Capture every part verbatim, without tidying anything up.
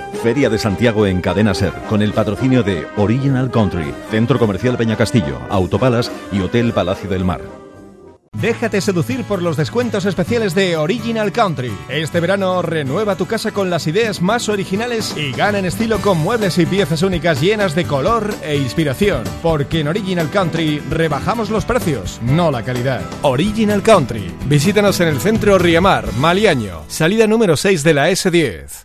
Feria de Santiago en Cadena Ser, con el patrocinio de Original Country, Centro Comercial Peña Castillo, Autopalas y Hotel Palacio del Mar. Déjate seducir por los descuentos especiales de Original Country. Este verano renueva tu casa con las ideas más originales y gana en estilo con muebles y piezas únicas llenas de color e inspiración. Porque en Original Country rebajamos los precios, no la calidad. Original Country. Visítanos en el centro Riamar, Maliaño, salida número seis de la ese diez.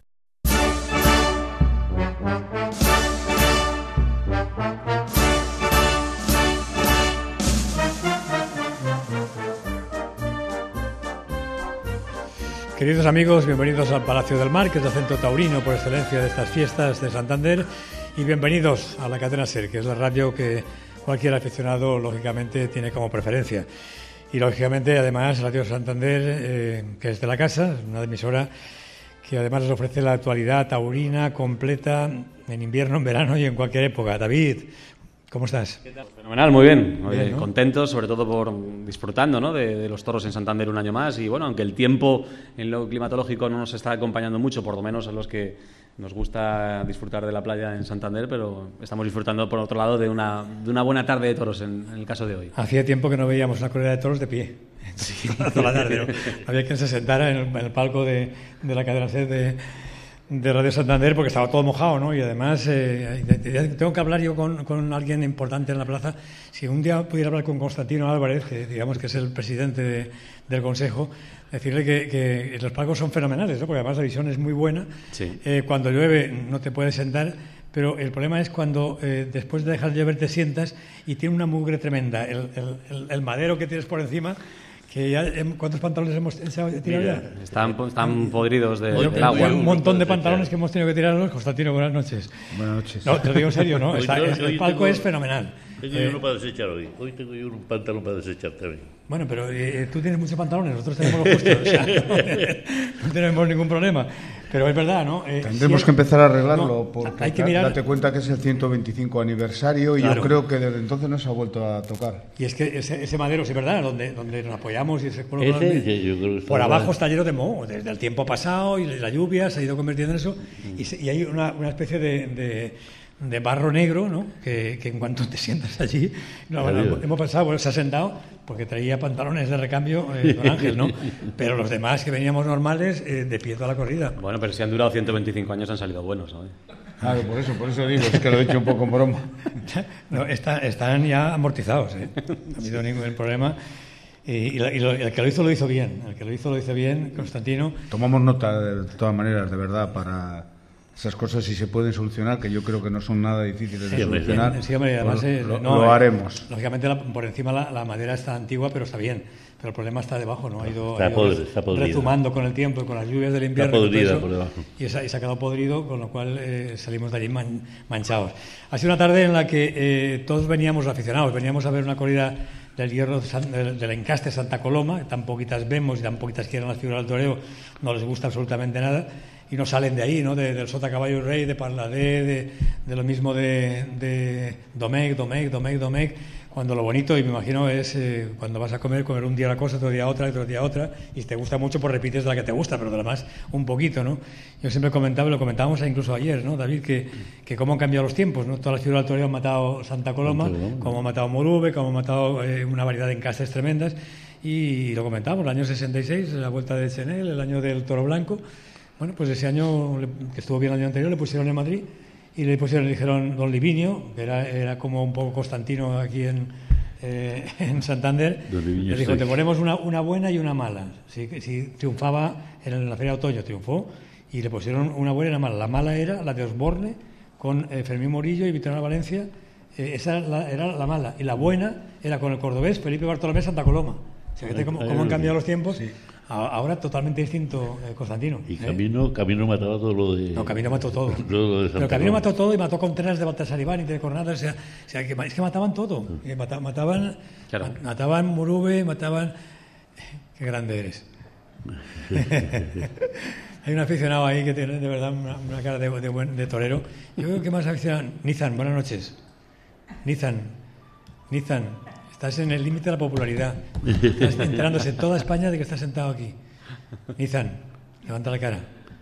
Queridos amigos, bienvenidos al Palacio del Mar, que es el centro taurino por excelencia de estas fiestas de Santander, y bienvenidos a la Cadena Ser, que es la radio que cualquier aficionado, lógicamente, tiene como preferencia. Y, lógicamente, además, Radio Santander, eh, que es de la casa, es una emisora que además les ofrece la actualidad taurina completa en invierno, en verano y en cualquier época. David, ¿cómo estás? ¿Qué tal? Fenomenal, muy bien. bien, ¿no? Contentos, sobre todo por disfrutando, ¿no?, de, de los toros en Santander un año más. Y bueno, aunque el tiempo en lo climatológico no nos está acompañando mucho, por lo menos a los que nos gusta disfrutar de la playa en Santander, pero estamos disfrutando, por otro lado, de una, de una buena tarde de toros en, en el caso de hoy. Hacía tiempo que no veíamos una corrida de toros de pie. Sí. Toda la tarde, ¿no? Había quien se sentara en el, en el palco de, de la Cadena Ser de... de Radio Santander, porque estaba todo mojado, ¿no? Y además eh, tengo que hablar yo con, con alguien importante en la plaza. Si un día pudiera hablar con Constantino Álvarez, que digamos que es el presidente de, del Consejo, decirle que, que los palcos son fenomenales, ¿no? Porque además la visión es muy buena. Sí. Eh, cuando llueve no te puedes sentar, pero el problema es cuando eh, después de dejar de llover te sientas y tiene una mugre tremenda. El, el, el, el madero que tienes por encima... Que ya, ¿cuántos pantalones hemos tirado ya? Están, están podridos de, Yo, del agua. Un montón de pantalones que hemos tenido que tirarlos. Constantino, buenas noches. Buenas noches. No, te lo digo en serio, ¿no? Está, hoy, el hoy palco tengo, es fenomenal. Tengo eh, uno para desechar hoy. Hoy tengo yo un pantalón para desechar también. Bueno, pero eh, tú tienes muchos pantalones, nosotros tenemos los justos. O sea, no, no tenemos ningún problema. Pero es verdad, ¿no? Eh, Tendremos si que empezar a arreglarlo, no, porque hay que mirar... date cuenta que es el ciento veinticinco aniversario y claro. Yo creo que desde entonces no se ha vuelto a tocar. Y es que ese, ese madero, sí es verdad, donde, donde nos apoyamos y ese coloca ese, yo creo que está por abajo está lleno de moho, desde el tiempo pasado y la lluvia se ha ido convirtiendo en eso. Mm. Y, se, y hay una, una especie de... de de barro negro, ¿no? Que, que en cuanto te sientas allí, no, bueno, hemos pensado, bueno, se ha sentado porque traía pantalones de recambio eh, don Ángel, ¿no? Pero los demás que veníamos normales, eh, de pie toda la corrida. Bueno, pero si han durado ciento veinticinco años han salido buenos, ¿no? Claro, por eso, por eso digo, es que lo he hecho un poco en broma. No, está, están ya amortizados, ¿eh? No ha habido ningún problema. Y, y, y lo, el que lo hizo lo hizo bien, el que lo hizo lo hizo bien, Constantino. Tomamos nota de, de todas maneras, de verdad, para... esas cosas si se pueden solucionar, que yo creo que no son nada difíciles de sí, solucionar, sí, hombre, además, pues, eh, lo, no, lo haremos. Lógicamente la, por encima la, la madera está antigua, pero está bien. Pero el problema está debajo, ¿no? Ha ido, está ha ido podrido, está podrido. Rezumando con el tiempo y con las lluvias del invierno. Está podrida eso, por debajo. Y, se, y se ha quedado podrido, con lo cual eh, salimos de allí man, manchados. Ha sido una tarde en la que eh, todos veníamos aficionados, veníamos a ver una corrida del hierro del, del encaste Santa Coloma, que tan poquitas vemos y tan poquitas quieren las figuras del toreo, no les gusta absolutamente nada. Y no salen de ahí, ¿no? De, del Sota Caballo y Rey, de Parladé, de, de lo mismo de, de Domecq, Domecq, Domecq, Domecq, cuando lo bonito, y me imagino, es eh, cuando vas a comer, comer un día una cosa, otro día otra, otro día otra, y si te gusta mucho, pues repites la que te gusta, pero de la más un poquito, ¿no? Yo siempre comentaba, lo comentábamos incluso ayer, ¿no, David? Que, que cómo han cambiado los tiempos, ¿no? Todas las figuras del toreo han matado Santa Coloma, como han matado Morube, como han matado eh, una variedad de encastes tremendas, y lo comentábamos, el año sesenta y seis, la vuelta de Chenel, el año del Toro Blanco. Bueno, pues ese año, que estuvo bien el año anterior, le pusieron en Madrid y le pusieron, le dijeron Don Livinio, que era, era como un poco Constantino aquí en, eh, en Santander, le dijo, te ponemos una, una buena y una mala. Si, si triunfaba en la Feria de Otoño, triunfó, y le pusieron una buena y una mala. La mala era la de Osborne, con eh, Fermín Morillo y Victoriano Valencia, eh, esa era la, era la mala. Y la buena era con el cordobés Felipe Bartolomé Santa Coloma. O sea, ¿cómo, cómo han cambiado los tiempos? Sí. Ahora totalmente distinto, eh, Constantino. Y Camino, ¿eh? Camino mataba todo lo de... No, Camino mató todo. todo lo de Pero Camino mató todo y mató Contreras de Baltasar Iván y de Cornadas. O sea, o sea que, es que mataban todo. Mm. Eh, mata, mataban claro. mataban Morube, mataban... Qué grande eres. Hay un aficionado ahí que tiene de verdad una, una cara de, de, buen, de torero. Yo creo que más aficionado... Nizan, buenas noches. Nizan, Nizan... Estás en el límite de la popularidad. Estás enterándose en toda España de que estás sentado aquí. Nizan, levanta la cara.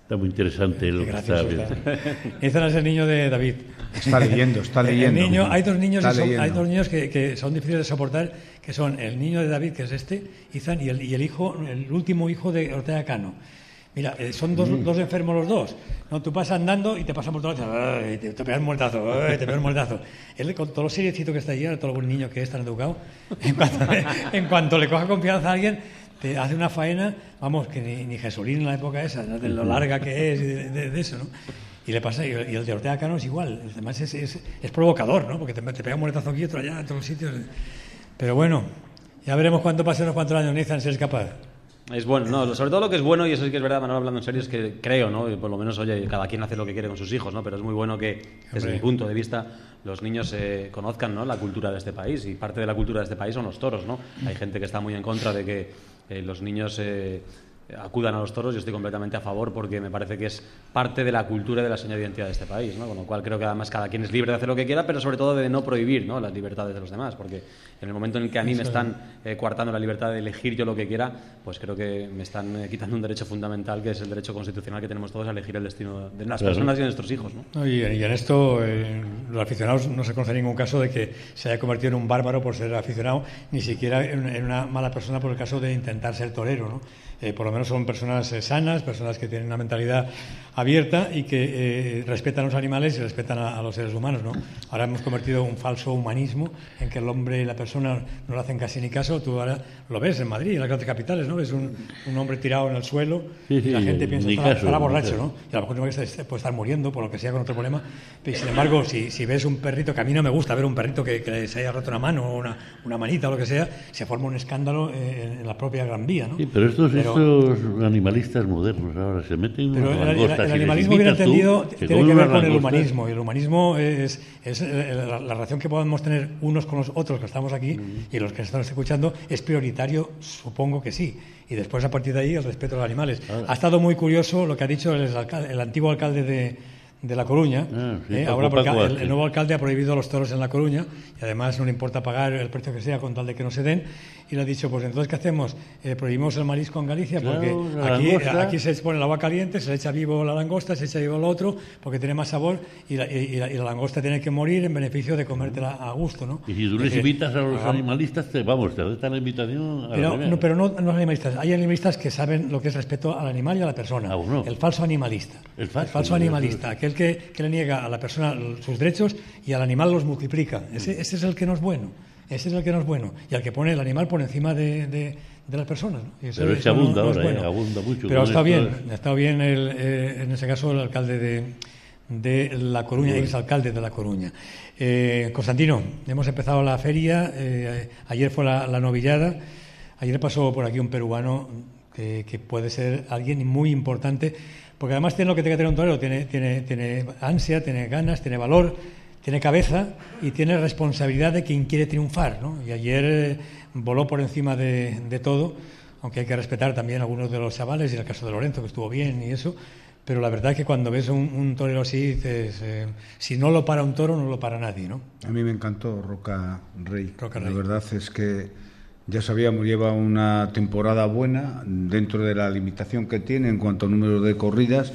Está muy interesante lo que está viendo. Ethan es el niño de David. Está leyendo, está leyendo. El niño, hay dos niños, Está que son, leyendo. hay dos niños que, que son difíciles de soportar, que son el niño de David, que es este, Ethan, y el, y el hijo, el último hijo de Ortega Cano. Mira, eh, son dos, mm. dos enfermos los dos. ¿No? Tú pasas andando y te pasan por todo lado, te, te pegas un muertazo, te pegas un muertazo. Él, con todo lo seriecito que está allí, todo el niño que es tan educado, en cuanto, en cuanto le coja confianza a alguien, te hace una faena, vamos, que ni, ni Jesulín en la época esa, ¿no? De lo larga que es, de, de, de eso, ¿no? Y le pasa, y el de Ortega Cano es igual, además es, es, es provocador, ¿no? Porque te, te pega un muertazo aquí, otro allá, en todos los sitios. Pero bueno, ya veremos cuánto pasen unos cuantos años, Nathan, si es capaz. Es bueno, no, sobre todo lo que es bueno, y eso sí que es verdad, Manuel, hablando en serio, es que creo, ¿no? Y por lo menos, oye, cada quien hace lo que quiere con sus hijos, ¿no? Pero es muy bueno que, desde Hombre. mi punto de vista, los niños eh, conozcan, ¿no?, la cultura de este país, y parte de la cultura de este país son los toros, ¿no? Hay gente que está muy en contra de que eh, los niños eh, acudan a los toros. Yo estoy completamente a favor, porque me parece que es parte de la cultura y de la señal de identidad de este país, ¿no? Con lo cual creo que además cada quien es libre de hacer lo que quiera, pero sobre todo de no prohibir, ¿no?, las libertades de los demás, porque en el momento en el que a mí me están eh, coartando la libertad de elegir yo lo que quiera, pues creo que me están eh, quitando un derecho fundamental, que es el derecho constitucional que tenemos todos a elegir el destino de las claro. personas y de nuestros hijos, ¿no? No, y, y en esto eh, los aficionados no se conoce ningún caso de que se haya convertido en un bárbaro por ser aficionado, ni siquiera en, en una mala persona por el caso de intentar ser torero, ¿no? Eh, por lo menos son personas eh, sanas, personas que tienen una mentalidad abierta y que eh, respetan a los animales y respetan a, a los seres humanos, ¿no? Ahora hemos convertido un falso humanismo en que el hombre y la persona no le hacen casi ni caso. Tú ahora lo ves en Madrid, en las grandes capitales, ¿no? Ves un, un hombre tirado en el suelo, sí, sí, y la gente piensa que estará, estará borracho, ¿no? Y a lo mejor no puede estar muriendo por lo que sea con otro problema. Y sin embargo, si, si ves un perrito, que a mí no me gusta ver un perrito que, que se haya roto una mano o una, una manita o lo que sea, se forma un escándalo eh, en la propia Gran Vía, ¿no? Sí, pero estos, pero, estos animalistas modernos ahora se meten en una langosta. El, el animalismo bien entendido tú, tiene que ver con el humanismo, y el humanismo es, es la, la relación que podemos tener unos con los otros que estamos aquí mm. y los que están escuchando es prioritario, supongo que sí. Y después, a partir de ahí, el respeto a los animales. Ah. Ha estado muy curioso lo que ha dicho el, alcalde, el antiguo alcalde de, de La Coruña. Ah, sí, eh, ahora porque el, el nuevo alcalde ha prohibido los toros en La Coruña y además no le importa pagar el precio que sea con tal de que no se den. Y le ha dicho, pues entonces, ¿qué hacemos? Eh, prohibimos el marisco en Galicia porque claro, aquí, aquí se pone el agua caliente, se le echa vivo la langosta, se echa vivo lo otro porque tiene más sabor y la, y, la, y la langosta tiene que morir en beneficio de comértela a gusto, ¿no? Y si tú les invitas a los animalistas, te, vamos, te dan la invitación a pero, no, pero no, no los animalistas. Hay animalistas que saben lo que es respeto al animal y a la persona. Ah, bueno. El falso animalista. El falso, el falso animalista, aquel que, que le niega a la persona sus derechos y al animal los multiplica. Ese, ese es el que no es bueno. Ese es el que no es bueno. Y al que pone el animal por encima de, de, de las personas, ¿no? Y eso, pero es que abunda no, no ahora, bueno. eh, abunda mucho. Pero ha estado bien, ha estado bien el, eh, en ese caso el alcalde de, de La Coruña, ex alcalde de La Coruña. Eh, Constantino, hemos empezado la feria, eh, ayer fue la, la novillada, ayer pasó por aquí un peruano que, que puede ser alguien muy importante, porque además tiene lo que tiene que tener un torero, tiene, tiene, tiene ansia, tiene ganas, tiene valor, tiene cabeza y tiene responsabilidad de quien quiere triunfar, ¿no? Y ayer eh, voló por encima de, de todo, aunque hay que respetar también a algunos de los chavales, y el caso de Lorenzo, que estuvo bien y eso, pero la verdad es que cuando ves un, un torero así, dices, eh, si no lo para un toro, no lo para nadie, ¿no? A mí me encantó Roca Rey. Roca la Rey. verdad es que ya sabíamos, lleva una temporada buena dentro de la limitación que tiene en cuanto a número de corridas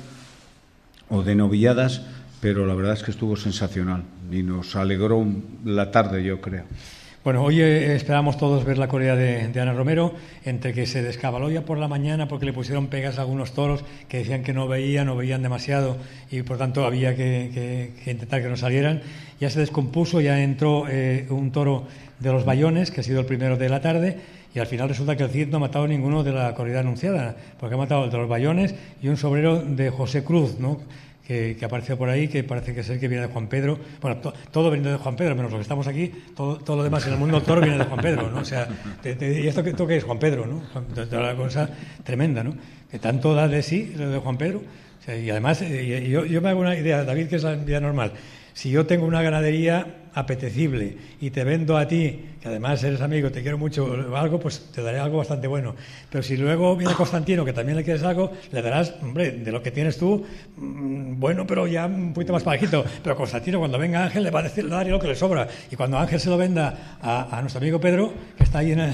o de novilladas, pero la verdad es que estuvo sensacional y nos alegró la tarde, yo creo. Bueno, hoy eh, esperamos todos ver la corrida de, de Ana Romero, entre que se descabaló ya por la mañana porque le pusieron pegas a algunos toros que decían que no veían, no veían demasiado y por tanto había que, que, que intentar que no salieran. Ya se descompuso, ya entró eh, un toro de los Bayones, que ha sido el primero de la tarde, y al final resulta que el Cid no ha matado ninguno de la corrida anunciada, porque ha matado el de los Bayones y un sobrero de José Cruz, ¿no?, que, que apareció por ahí, que parece que es el que viene de Juan Pedro. Bueno, to, todo viene de Juan Pedro, menos los que estamos aquí, todo, todo lo demás en el mundo del toro viene de Juan Pedro, ¿no? O sea, te, te, ¿y esto qué, esto qué es? Juan Pedro, ¿no? Una cosa tremenda, ¿no? Que tanto da de sí lo de Juan Pedro. O sea, y además, y, y yo, yo me hago una idea, David, que es la vida normal. Si yo tengo una ganadería apetecible y te vendo a ti, que además eres amigo, te quiero mucho, algo, pues te daré algo bastante bueno. Pero si luego viene Constantino, que también le quieres algo, le darás, hombre, de lo que tienes tú, mmm, bueno, pero ya un poquito más parejito. Pero Constantino, cuando venga Ángel, le va a decir, le daré lo que le sobra. Y cuando Ángel se lo venda a, a nuestro amigo Pedro, que está ahí en el,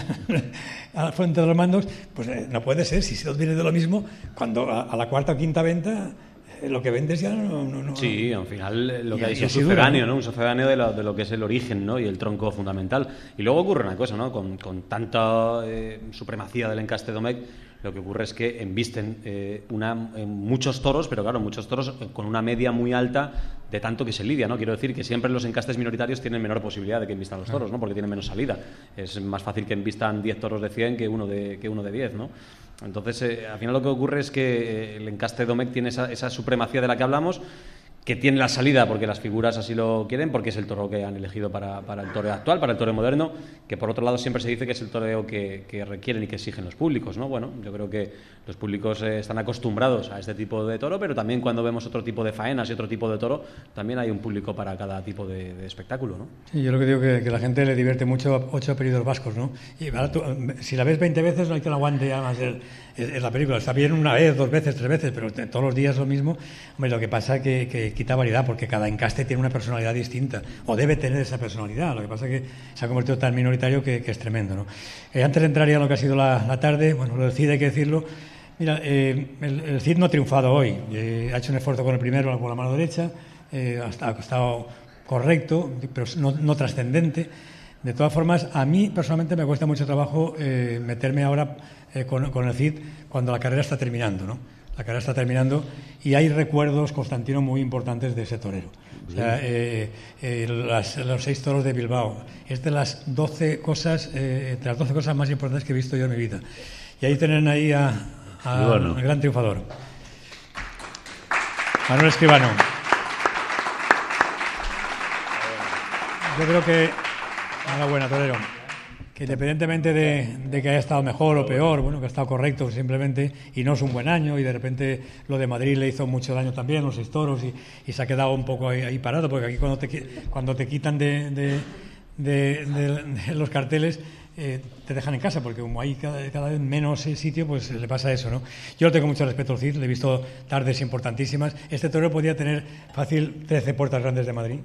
a la frente de los mandos, pues eh, no puede ser, si se os viene de lo mismo, cuando a, a la cuarta o quinta venta... lo que vendes ya no... no, no sí, al final lo que y, hay es un sucedáneo, ¿no? Un sucedáneo de lo, de lo que es el origen, ¿no? Y el tronco fundamental. Y luego ocurre una cosa, ¿no? Con, con tanta eh, supremacía del encaste Domecq, lo que ocurre es que embisten eh, una, eh, muchos toros, pero claro, muchos toros con una media muy alta de tanto que se lidia, ¿no? Quiero decir que siempre los encastes minoritarios tienen menor posibilidad de que embistan los toros, ¿no? Porque tienen menos salida. Es más fácil que embistan diez toros de cien que uno de, que uno de diez, ¿no? Entonces, eh, al final lo que ocurre es que eh, el encaste Domecq tiene esa, esa supremacía de la que hablamos, que tiene la salida porque las figuras así lo quieren, porque es el toreo que han elegido para, para el toreo actual, para el toreo moderno, que por otro lado siempre se dice que es el toreo que, que requieren y que exigen los públicos, ¿no? Bueno, yo creo que los públicos eh, están acostumbrados a este tipo de toro, pero también cuando vemos otro tipo de faenas y otro tipo de toro, también hay un público para cada tipo de, de espectáculo, ¿no? Sí, yo lo que digo que, que la gente le divierte mucho ocho apellidos vascos, ¿no? Y ahora tú, si la ves veinte veces no hay que la aguante ya más el, el, el, la película. Está bien una vez, dos veces, tres veces, pero todos los días lo mismo. Hombre, lo que pasa es que, que quita variedad, porque cada encaste tiene una personalidad distinta, o debe tener esa personalidad. Lo que pasa es que se ha convertido tan minoritario que, que es tremendo, ¿no? Eh, antes de entrar ya en lo que ha sido la, la tarde, bueno, lo del Cid hay que decirlo. Mira, eh, el, el Cid no ha triunfado hoy. Eh, ha hecho un esfuerzo con el primero, con la mano derecha, eh, ha, estado, ha estado correcto, pero no, no trascendente. De todas formas, a mí personalmente me cuesta mucho trabajo eh, meterme ahora eh, con, con el Cid cuando la carrera está terminando, ¿no? La carrera está terminando y hay recuerdos, Constantino, muy importantes de ese torero. O sea, eh, eh, las, los seis toros de Bilbao es de las doce cosas, eh, de las doce cosas más importantes que he visto yo en mi vida. Y ahí tienen ahí a, a bueno. al gran triunfador, Manuel Escribano. Yo creo que enhorabuena, torero. Que independientemente de, de que haya estado mejor o peor, bueno, que ha estado correcto simplemente, y no es un buen año, y de repente lo de Madrid le hizo mucho daño también, los seis toros, y, y se ha quedado un poco ahí, ahí parado, porque aquí cuando te, cuando te quitan de, de, de, de, de los carteles, eh, te dejan en casa, porque como hay cada, cada vez menos sitio, pues le pasa eso, ¿no? Yo le tengo mucho respeto al Cid, le he visto tardes importantísimas. Este torero podía tener fácil trece puertas grandes de Madrid,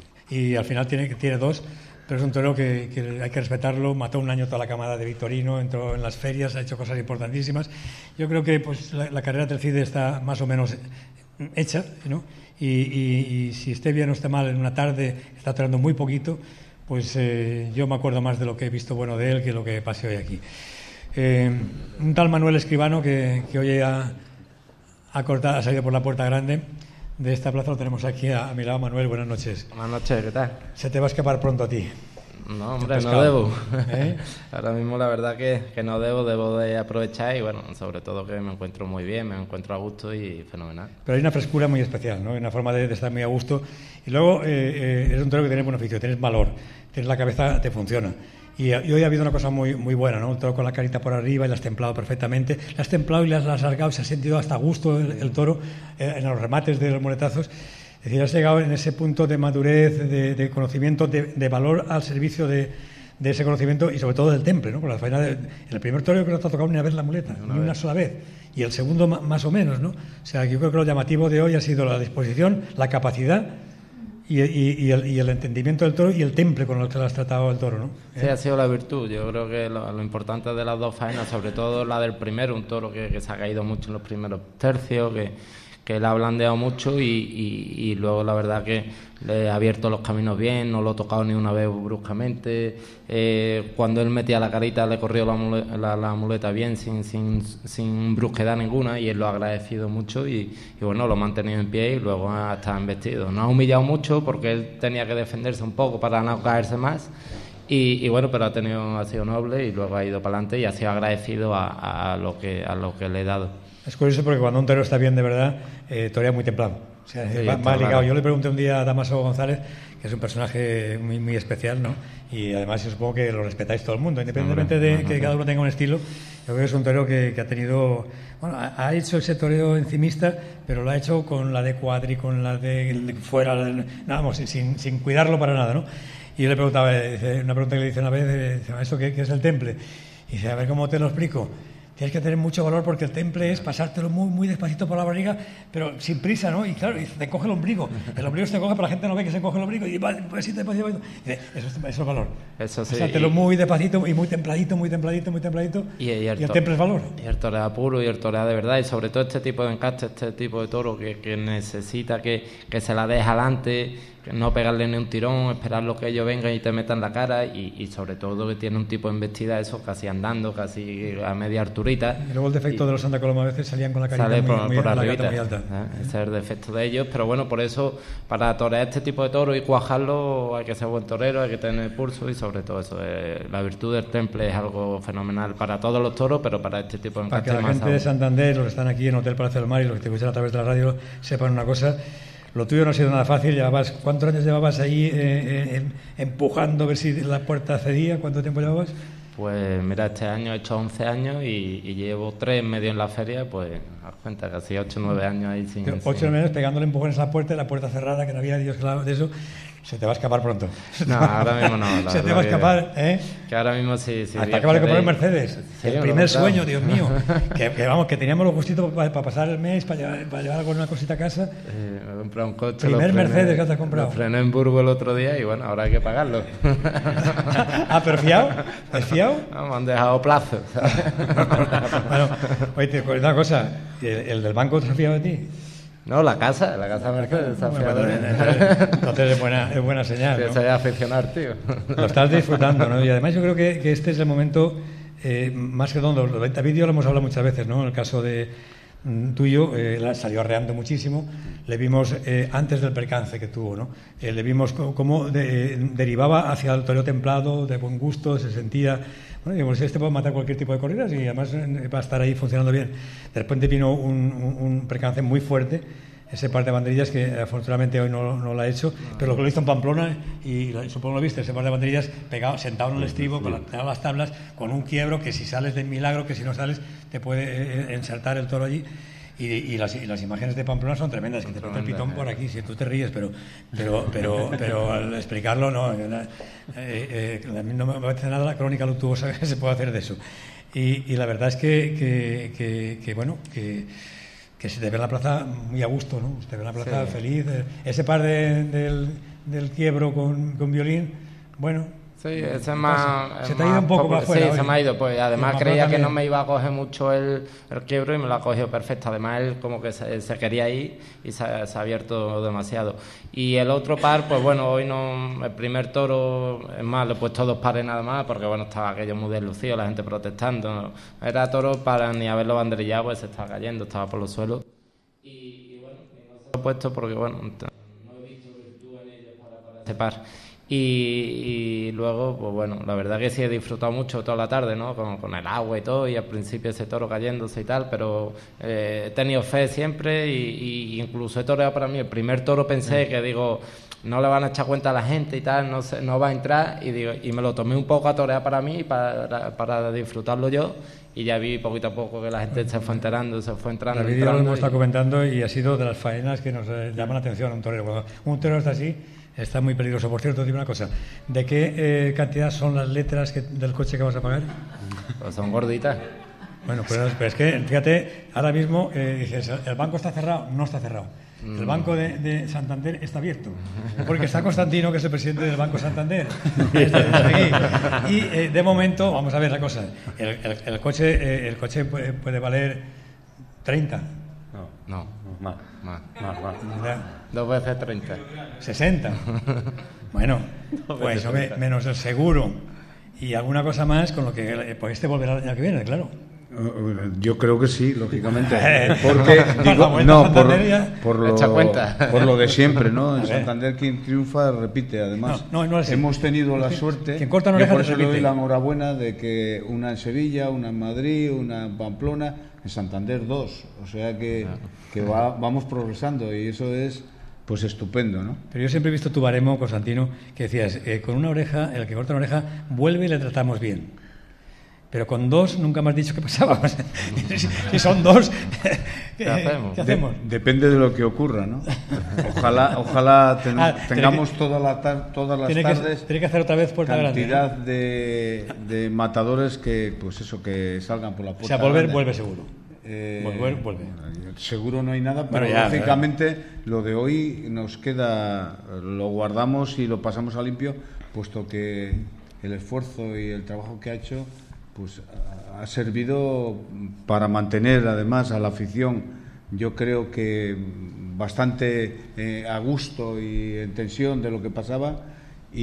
y al final tiene, tiene dos. Pero es un torero que, que hay que respetarlo. Mató un año toda la camada de Victorino, entró en las ferias, ha hecho cosas importantísimas. Yo creo que pues la, la carrera del Cid está más o menos hecha, ¿no? Y, y, y si esté bien o esté mal en una tarde, está torando muy poquito, pues eh, yo me acuerdo más de lo que he visto bueno de él que lo que pasé hoy aquí. Eh, un tal Manuel Escribano que, que hoy ha, ha, cortado, ha salido por la puerta grande de esta plaza, lo tenemos aquí a, a mi lado. Manuel, buenas noches. Buenas noches, ¿qué tal? Se te va a escapar pronto a ti. No, hombre, no debo. ¿Eh? Ahora mismo la verdad que, que no debo, debo de aprovechar y bueno, sobre todo que me encuentro muy bien, me encuentro a gusto y fenomenal. Pero hay una frescura muy especial, ¿no? Hay una forma de, de estar muy a gusto. Y luego eh, eh, eres un torero que tienes buen oficio, tienes valor, tienes la cabeza, te funciona. Y, y hoy ha habido una cosa muy muy buena, ¿no? Un toro con la carita por arriba y la has templado perfectamente. La has templado y la has alargado, se ha sentido hasta gusto el, el toro eh, en los remates de los muletazos. Es decir, has llegado en ese punto de madurez, de, de conocimiento, de, de valor al servicio de, de ese conocimiento y sobre todo del temple, ¿no? Con la faena de, en el primer toro yo creo que no te ha tocado ni una vez la muleta, una ni vez. Una sola vez. Y el segundo más o menos, ¿no? O sea, yo creo que lo llamativo de hoy ha sido la disposición, la capacidad y, y, y, el, y el entendimiento del toro y el temple con el que lo has tratado el toro, ¿no? Sí, ¿Eh? ha sido la virtud. Yo creo que lo, lo importante de las dos faenas, sobre todo la del primero, un toro que, que se ha caído mucho en los primeros tercios, que, que le ha blandeado mucho y, y, y luego la verdad que le ha abierto los caminos bien, no lo ha tocado ni una vez bruscamente. Eh, cuando él metía la carita le corrió la muleta, la, la muleta bien, sin, sin, sin brusquedad ninguna, y él lo ha agradecido mucho y, y bueno, lo ha mantenido en pie y luego ha estado embestido. No ha humillado mucho porque él tenía que defenderse un poco para no caerse más. Y, y bueno, pero ha tenido ha sido noble y luego ha ido para adelante y ha sido agradecido a, a lo que a lo que le he dado. Es curioso porque cuando un torero está bien de verdad, eh, torea muy templado. O O sea, sí, va, va ligado. Claro. Yo le pregunté un día a Damaso González, que es un personaje muy, muy especial, ¿no? Y además yo supongo que lo respetáis todo el mundo, independientemente Hombre, de no, que no, cada uno tenga un estilo. Yo creo que es un torero que, que ha tenido... Bueno, ha, ha hecho ese torero encimista, pero lo ha hecho con la de cuadri, con la de fuera, nada, vamos, sin, sin cuidarlo para nada, ¿no? Y yo le preguntaba, una pregunta que le hice una vez, dice, ¿esto qué, qué es el temple? Y dice, a ver cómo te lo explico. Tienes que tener mucho valor porque el temple es pasártelo muy muy despacito por la barriga, pero sin prisa, ¿no? Y claro, y te coge el ombligo. El ombligo se te coge, pero la gente no ve que se coge el ombligo y va despacito, despacito. Y dice, eso, eso es valor. Eso sí. Pasártelo y... muy despacito y muy templadito, muy templadito, muy templadito. Y, y, el, y el temple es valor. Y el toreado puro y el toreado de verdad. Y sobre todo este tipo de encaste, este tipo de toro que, que necesita que, que se la deje adelante, no pegarle ni un tirón, esperarlo que ellos vengan y te metan la cara y, y sobre todo que tiene un tipo de embestida, eso casi andando, casi a media alturita. Y luego el defecto y, de los Santa Coloma a veces salían con la carita sale muy, por, muy, por la arribita, muy alta. ¿eh? Ese es el defecto de ellos, pero bueno, por eso para torear este tipo de toro y cuajarlo hay que ser buen torero, hay que tener pulso y sobre todo eso, eh, la virtud del temple es algo fenomenal para todos los toros, pero para este tipo de para que la más gente aún. de Santander, los que están aquí en Hotel Palacio del Mar y los que te escuchan a través de la radio sepan una cosa. Lo tuyo no ha sido nada fácil. Llevabas, ¿cuántos años llevabas ahí eh, eh, empujando a ver si la puerta cedía? ¿Cuánto tiempo llevabas? Pues mira, este año he hecho once años y, y llevo tres medio en la feria, pues haz cuenta, casi ocho o nueve años ahí sin... ocho o nueve años pegándole empujones a la puerta, la puerta cerrada, que no había Dios claro de eso. Se te va a escapar pronto. No, ahora mismo no. La se te va a escapar, ¿eh? Que ahora mismo sí... sí hasta acaba de comprar un Mercedes. Sí, el primer sueño, Dios mío. que, que vamos, que teníamos los gustitos para, para pasar el mes, para llevar, para llevar alguna cosita a casa. Eh, me he comprado un coche. Primer Mercedes que te has comprado. Lo frené en Burgos el otro día y bueno, ahora hay que pagarlo. Ah, pero fiado. ¿Es fiado? No, me han dejado plazo. Bueno, oye, te cuento una cosa. ¿El, el del banco te ha fiado de ti? No, la casa, la casa Mercedes está fiado. Entonces es buena, es buena señal, ¿no? Se vaya a aficionar, tío. Lo estás disfrutando, ¿no? Y además yo creo que, que este es el momento, eh, más que todo, David y yo lo hemos hablado muchas veces, ¿no? En el caso de mm, tuyo, eh, salió arreando muchísimo. Le vimos eh, antes del percance que tuvo, ¿no? Eh, le vimos cómo de, derivaba hacia el toreo templado, de buen gusto, se sentía... Bueno, digamos, este puede matar cualquier tipo de corridas y además va a estar ahí funcionando bien. De repente vino un, un, un percance muy fuerte, ese par de banderillas que afortunadamente hoy no, no lo ha hecho, pero lo hizo en Pamplona y supongo lo viste, ese par de banderillas pegado, sentado en el estribo, con la, las tablas, con un quiebro que si sales del milagro, que si no sales te puede ensartar el toro allí. Y, y, las, y las imágenes de Pamplona son tremendas, que te pone el pitón por aquí, si tú te ríes, pero pero pero pero al explicarlo no, eh, eh, a mí no me parece nada la crónica luctuosa que se puede hacer de eso. Y, y la verdad es que, que, que, que bueno, que, que se te ve en la plaza muy a gusto, ¿no? Se te ve en la plaza sí. feliz. Ese par de, del, del quiebro con, con violín, bueno... Sí, ese es más... Se te ha ido un poco más fuera. Sí, hoy. Se me ha ido. Pues además creía que no me iba a coger mucho el, el quiebro y me lo ha cogido perfecto. Además él como que se, se quería ir y se, se ha abierto demasiado. Y el otro par, pues bueno, hoy no... El primer toro, es más, le he puesto dos pares nada más porque bueno, estaba aquello muy deslucido, la gente protestando. Era toro para ni haberlo banderillado, pues se estaba cayendo, estaba por los suelos. Y, y bueno, no se lo he puesto porque bueno, no he visto virtud en ellos para, para este par. Y, y luego, pues bueno, la verdad que sí he disfrutado mucho toda la tarde, ¿no? Con, con el agua y todo, y al principio ese toro cayéndose y tal, pero eh, he tenido fe siempre y, y incluso he toreado para mí. El primer toro pensé mm. que digo, no le van a echar cuenta a la gente y tal, no sé, no va a entrar, y digo, y me lo tomé un poco a torear para mí, para, para disfrutarlo yo, y ya vi poquito a poco que la gente se fue enterando, se fue entrando. David lo hemos estado comentando y ha sido de las faenas que nos eh, llaman la atención a un torero. Cuando un torero está así, está muy peligroso. Por cierto, dime una cosa, ¿de qué eh, cantidad son las letras que, del coche que vas a pagar? Pues son gorditas. Bueno, pero, pero es que, fíjate, ahora mismo eh, dices, ¿el banco está cerrado? No está cerrado. El Banco de, de Santander está abierto, porque está Constantino, que es el presidente del Banco Santander. Y eh, de momento, vamos a ver la cosa, el, el, el coche eh, el coche puede, puede valer treinta. No, no, más, más, más, más. Dos veces treinta. sesenta. Bueno, pues hombre, menos el seguro y alguna cosa más, con lo que pues este volverá el año que viene, claro. Yo creo que sí, lógicamente. Porque, digo, no, por, por, lo, por lo de siempre, ¿no? En Santander quien triunfa repite, además. No, no, no es hemos tenido la suerte, yo por eso le doy la enhorabuena de que una en Sevilla, una en Madrid, una en Pamplona, en Santander dos. O sea que, que va, vamos progresando y eso es... Pues estupendo, ¿no? Pero yo siempre he visto tu baremo, Constantino, que decías, eh, con una oreja, el que corta una oreja, vuelve y le tratamos bien. Pero con dos nunca me has dicho qué pasaba. Si son dos, ¿qué hacemos? ¿Qué hacemos? De, depende de lo que ocurra, ¿no? Ojalá, ojalá ten, ah, tengamos que, toda la tar, todas las tiene tardes que, tiene que hacer otra vez puerta cantidad grande, de, de matadores que, pues eso, que salgan por la puerta. O sea, volver, grande. vuelve seguro. Eh, volver, vuelve. Seguro no hay nada, pero bueno, ya, lógicamente ya. Lo de hoy nos queda, lo guardamos y lo pasamos a limpio, puesto que el esfuerzo y el trabajo que ha hecho pues ha servido para mantener además a la afición, yo creo que bastante eh, a gusto y en tensión de lo que pasaba y,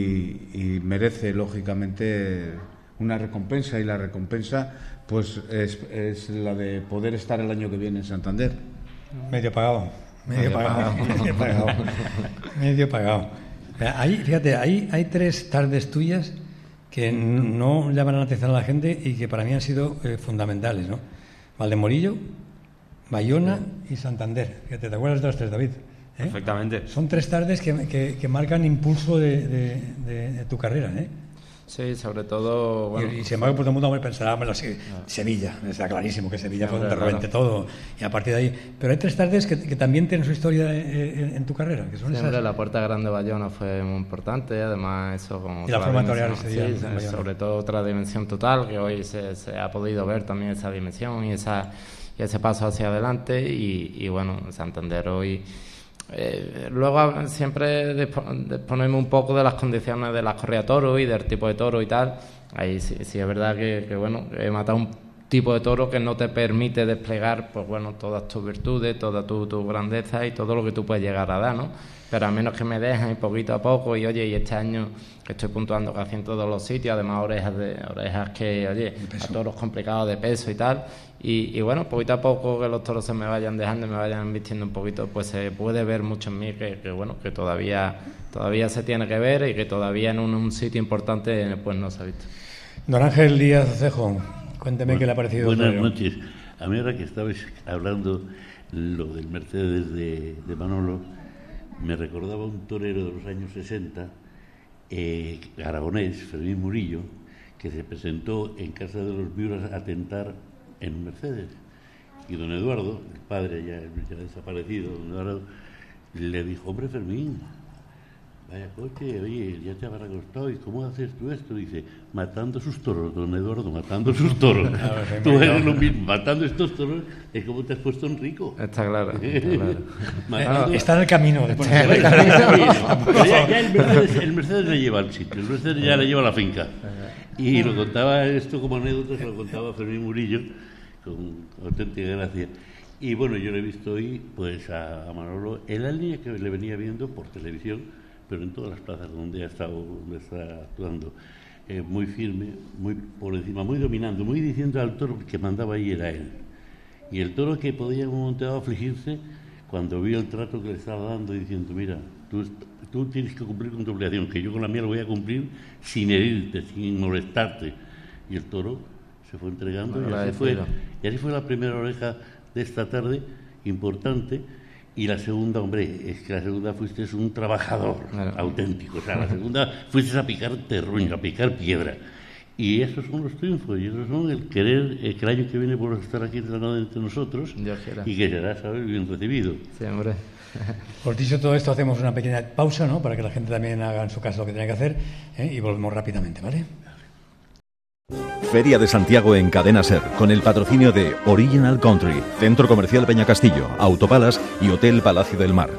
y merece lógicamente una recompensa, y la recompensa pues es, es la de poder estar el año que viene en Santander. Medio pagado, medio, medio pagado, pagado. medio pagado, medio pagado. Hay, fíjate, hay, hay tres tardes tuyas que no llaman la atención a la gente y que para mí han sido eh, fundamentales, ¿no? Valdemorillo, Bayona y Santander. Fíjate, ¿te acuerdas de los tres, David? ¿Eh? Perfectamente. Son tres tardes que, que, que marcan impulso de, de, de, de tu carrera, ¿eh? Sí, sobre todo... Bueno, y, y sin embargo, pues todo el mundo pensará, bueno, sí, Sevilla, está clarísimo que Sevilla sí, fue donde repente todo, y a partir de ahí... Pero hay tres tardes que, que también tienen su historia en, en tu carrera, que son Siempre esas... la Puerta Grande de Bayona fue muy importante, además eso... Como y la forma de torear ese día. Sí, sobre todo otra dimensión total, que hoy se, se ha podido ver también esa dimensión y, esa, y ese paso hacia adelante, y, y bueno, Santander hoy... Eh, luego siempre disponemos un poco de las condiciones de las corridas de toro y del tipo de toro y tal. Ahí sí, sí es verdad que, que bueno, he matado un tipo de toro que no te permite desplegar, pues bueno, todas tus virtudes, toda tu, tu grandeza y todo lo que tú puedes llegar a dar, ¿no? Pero a menos que me dejen poquito a poco, y oye, y este año que estoy puntuando casi en todos los sitios, además orejas de orejas que, oye, a toros complicados de peso y tal, y, y bueno, poquito a poco que los toros se me vayan dejando y me vayan vistiendo un poquito, pues se puede ver mucho en mí que, que bueno, que todavía todavía se tiene que ver y que todavía en un, un sitio importante pues no se ha visto. Don Ángel Díaz Cejo, cuénteme bueno, qué le ha parecido. Buenas noches. A mí ahora que estabais hablando lo del Mercedes de, de Manolo, me recordaba un torero de los años sesenta, eh, aragonés, Fermín Murillo, que se presentó en casa de los Viuras a tentar en un Mercedes. Y don Eduardo, el padre ya, ya desaparecido, don Eduardo, le dijo, hombre Fermín, vaya coche, oye, ya te habrá costado, ¿y cómo haces tú esto? Dice, matando sus toros, don Eduardo, matando sus toros. Tú eres lo mismo, matando estos toros, es como te has puesto en rico. Está claro. Está, claro. matando... está en el camino. De está en el camino. ya, ya el, Mercedes, el Mercedes le lleva al sitio, el Mercedes ya le lleva a la finca. Y lo contaba esto como anécdota, se lo contaba Fermín Murillo, con auténtica gracia. Y bueno, yo le he visto hoy pues a, a Manolo en la línea que le venía viendo por televisión, pero en todas las plazas donde ha estado, donde está actuando, eh, muy firme, muy por encima, muy dominando, muy diciendo al toro que mandaba ahí era él. Y el toro que podía en un momento dado afligirse cuando vio el trato que le estaba dando, diciendo, mira, tú, tú tienes que cumplir con tu obligación, que yo con la mía lo voy a cumplir sin herirte, sin molestarte. Y el toro se fue entregando, bueno, y, así fue, y así fue la primera oreja de esta tarde, importante. Y la segunda, hombre, es que la segunda fuiste un trabajador claro. auténtico. O sea, la segunda fuiste a picar terruño, a picar piedra. Y esos son los triunfos, y esos son el querer eh, que el año que viene vuelvas a estar aquí entre nosotros y que será, ¿sabes?, bien recibido. Sí, hombre. Por dicho todo esto, hacemos una pequeña pausa, ¿no?, para que la gente también haga en su caso lo que tiene que hacer, ¿eh? Y volvemos rápidamente, ¿vale? Feria de Santiago en Cadena Ser, con el patrocinio de Original Country, Centro Comercial Peña Castillo, Autopalas y Hotel Palacio del Mar.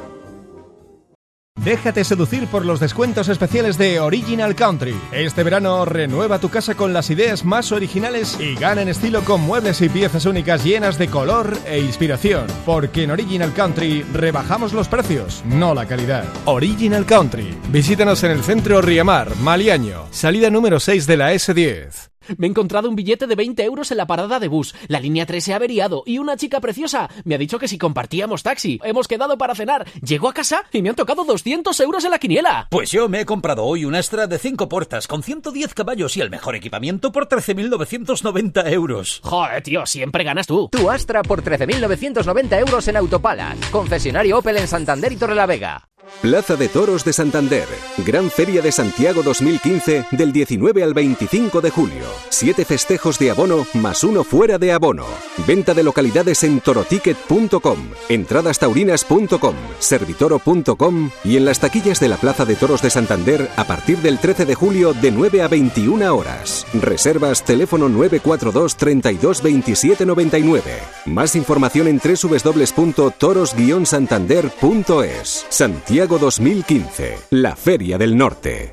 Déjate seducir por los descuentos especiales de Original Country. Este verano renueva tu casa con las ideas más originales y gana en estilo con muebles y piezas únicas llenas de color e inspiración. Porque en Original Country rebajamos los precios, no la calidad. Original Country. Visítanos en el centro Riamar, Maliaño, salida número seis de la ese diez. Me he encontrado un billete de veinte euros en la parada de bus. La línea tres se ha averiado y una chica preciosa me ha dicho que si compartíamos taxi. Hemos quedado para cenar. Llego a casa y me han tocado doscientos euros en la quiniela. Pues yo me he comprado hoy una Astra de cinco puertas con ciento diez caballos y el mejor equipamiento por trece mil novecientos noventa euros. Joder, tío, siempre ganas tú. Tu Astra por trece mil novecientos noventa euros en Autopalas. Concesionario Opel en Santander y Torrelavega. Plaza de Toros de Santander. Gran Feria de Santiago dos mil quince del diecinueve al veinticinco de julio. Siete festejos de abono más uno fuera de abono. Venta de localidades en toroticket punto com, entradas taurinas punto com, servitoro punto com y en las taquillas de la Plaza de Toros de Santander a partir del trece de julio de nueve a veintiuna horas. Reservas teléfono nueve cuatro dos, treinta y dos, veintisiete noventa y nueve. Más información en doble u doble u doble u punto toros guion santander punto es. Santiago dos mil quince, la Feria del Norte.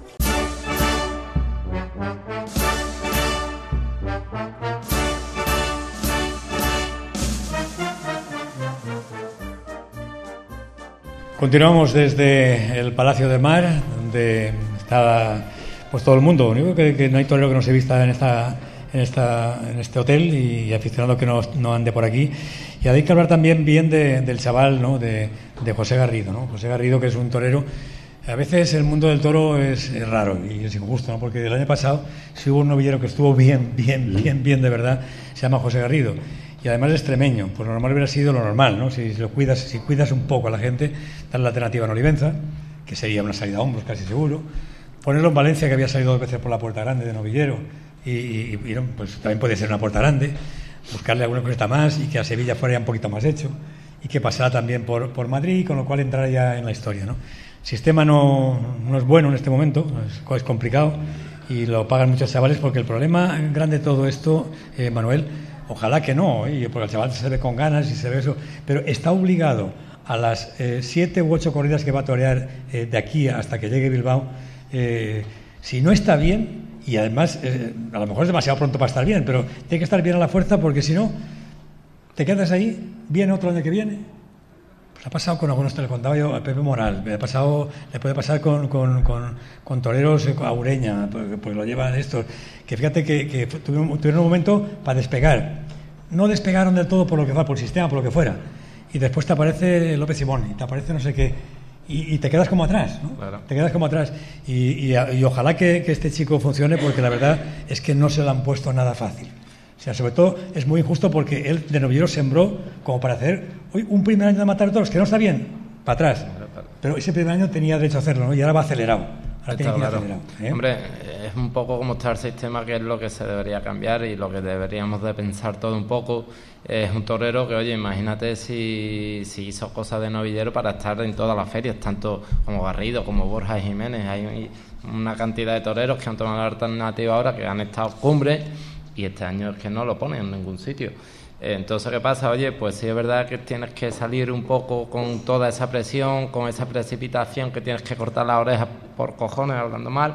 Continuamos desde el Palacio de Mar, donde está pues todo el mundo. Lo único que, que no hay torero que no se vista en esta en esta en este hotel y aficionado que no, no ande por aquí. Y hay que hablar también bien de, del chaval, ¿no? de, de José Garrido, ¿no? José Garrido, que es un torero. A veces el mundo del toro es, es raro y es injusto, ¿no? Porque el año pasado sí hubo un novillero que estuvo bien, bien, bien, bien de verdad, se llama José Garrido. Y además es extremeño, pues lo normal hubiera sido lo normal, ¿no? Si, si lo cuidas, si cuidas un poco a la gente, dar la alternativa en Olivenza, que sería una salida a hombros casi seguro. Ponerlo en Valencia, que había salido dos veces por la Puerta Grande de novillero, y, y, y pues también puede ser una Puerta Grande. Buscarle alguna cosita más y que a Sevilla fuera ya un poquito más hecho y que pasara también por, por Madrid, con lo cual entrara ya en la historia, ¿no? El sistema no, no es bueno en este momento, es, es complicado y lo pagan muchos chavales, porque el problema grande de todo esto, eh, Manuel, ojalá que no, ¿eh? Porque el chaval se ve con ganas y se ve eso, pero está obligado a las eh, siete u ocho corridas que va a torear eh, de aquí hasta que llegue Bilbao, eh, si no está bien. Y además, eh, a lo mejor es demasiado pronto para estar bien, pero tiene que estar bien a la fuerza, porque si no, te quedas ahí, viene otro año que viene. Pues ha pasado con algunos, te lo contaba yo a Pepe Moral, le, ha pasado, le puede pasar con, con, con, con toreros a Ureña, porque, porque lo llevan estos, que fíjate que, que tuvieron, tuvieron un momento para despegar. No despegaron del todo por lo que fuera, por el sistema, por lo que fuera. Y después te aparece López Simón, y te aparece no sé qué. Y, y te quedas como atrás, ¿no? Claro. Te quedas como atrás. Y, y, y ojalá que, que este chico funcione, porque la verdad es que no se lo han puesto nada fácil. O sea, sobre todo es muy injusto, porque él de novillero sembró como para hacer hoy un primer año de matar toros, que no está bien, para atrás. Pero ese primer año tenía derecho a hacerlo, ¿no? Y ahora va acelerado. Ahora tiene que ir claro. acelerado, ¿eh? Hombre, es un poco como está el sistema, que es lo que se debería cambiar y lo que deberíamos de pensar todo un poco. Es un torero que, oye, imagínate si, si hizo cosas de novillero para estar en todas las ferias, tanto como Garrido, como Borja Jiménez. Hay una cantidad de toreros que han tomado la alternativa ahora, que han estado cumbres, y este año es que no lo ponen en ningún sitio. Entonces, ¿qué pasa? Oye, pues sí es verdad que tienes que salir un poco con toda esa presión, con esa precipitación, que tienes que cortar las orejas por cojones, hablando mal.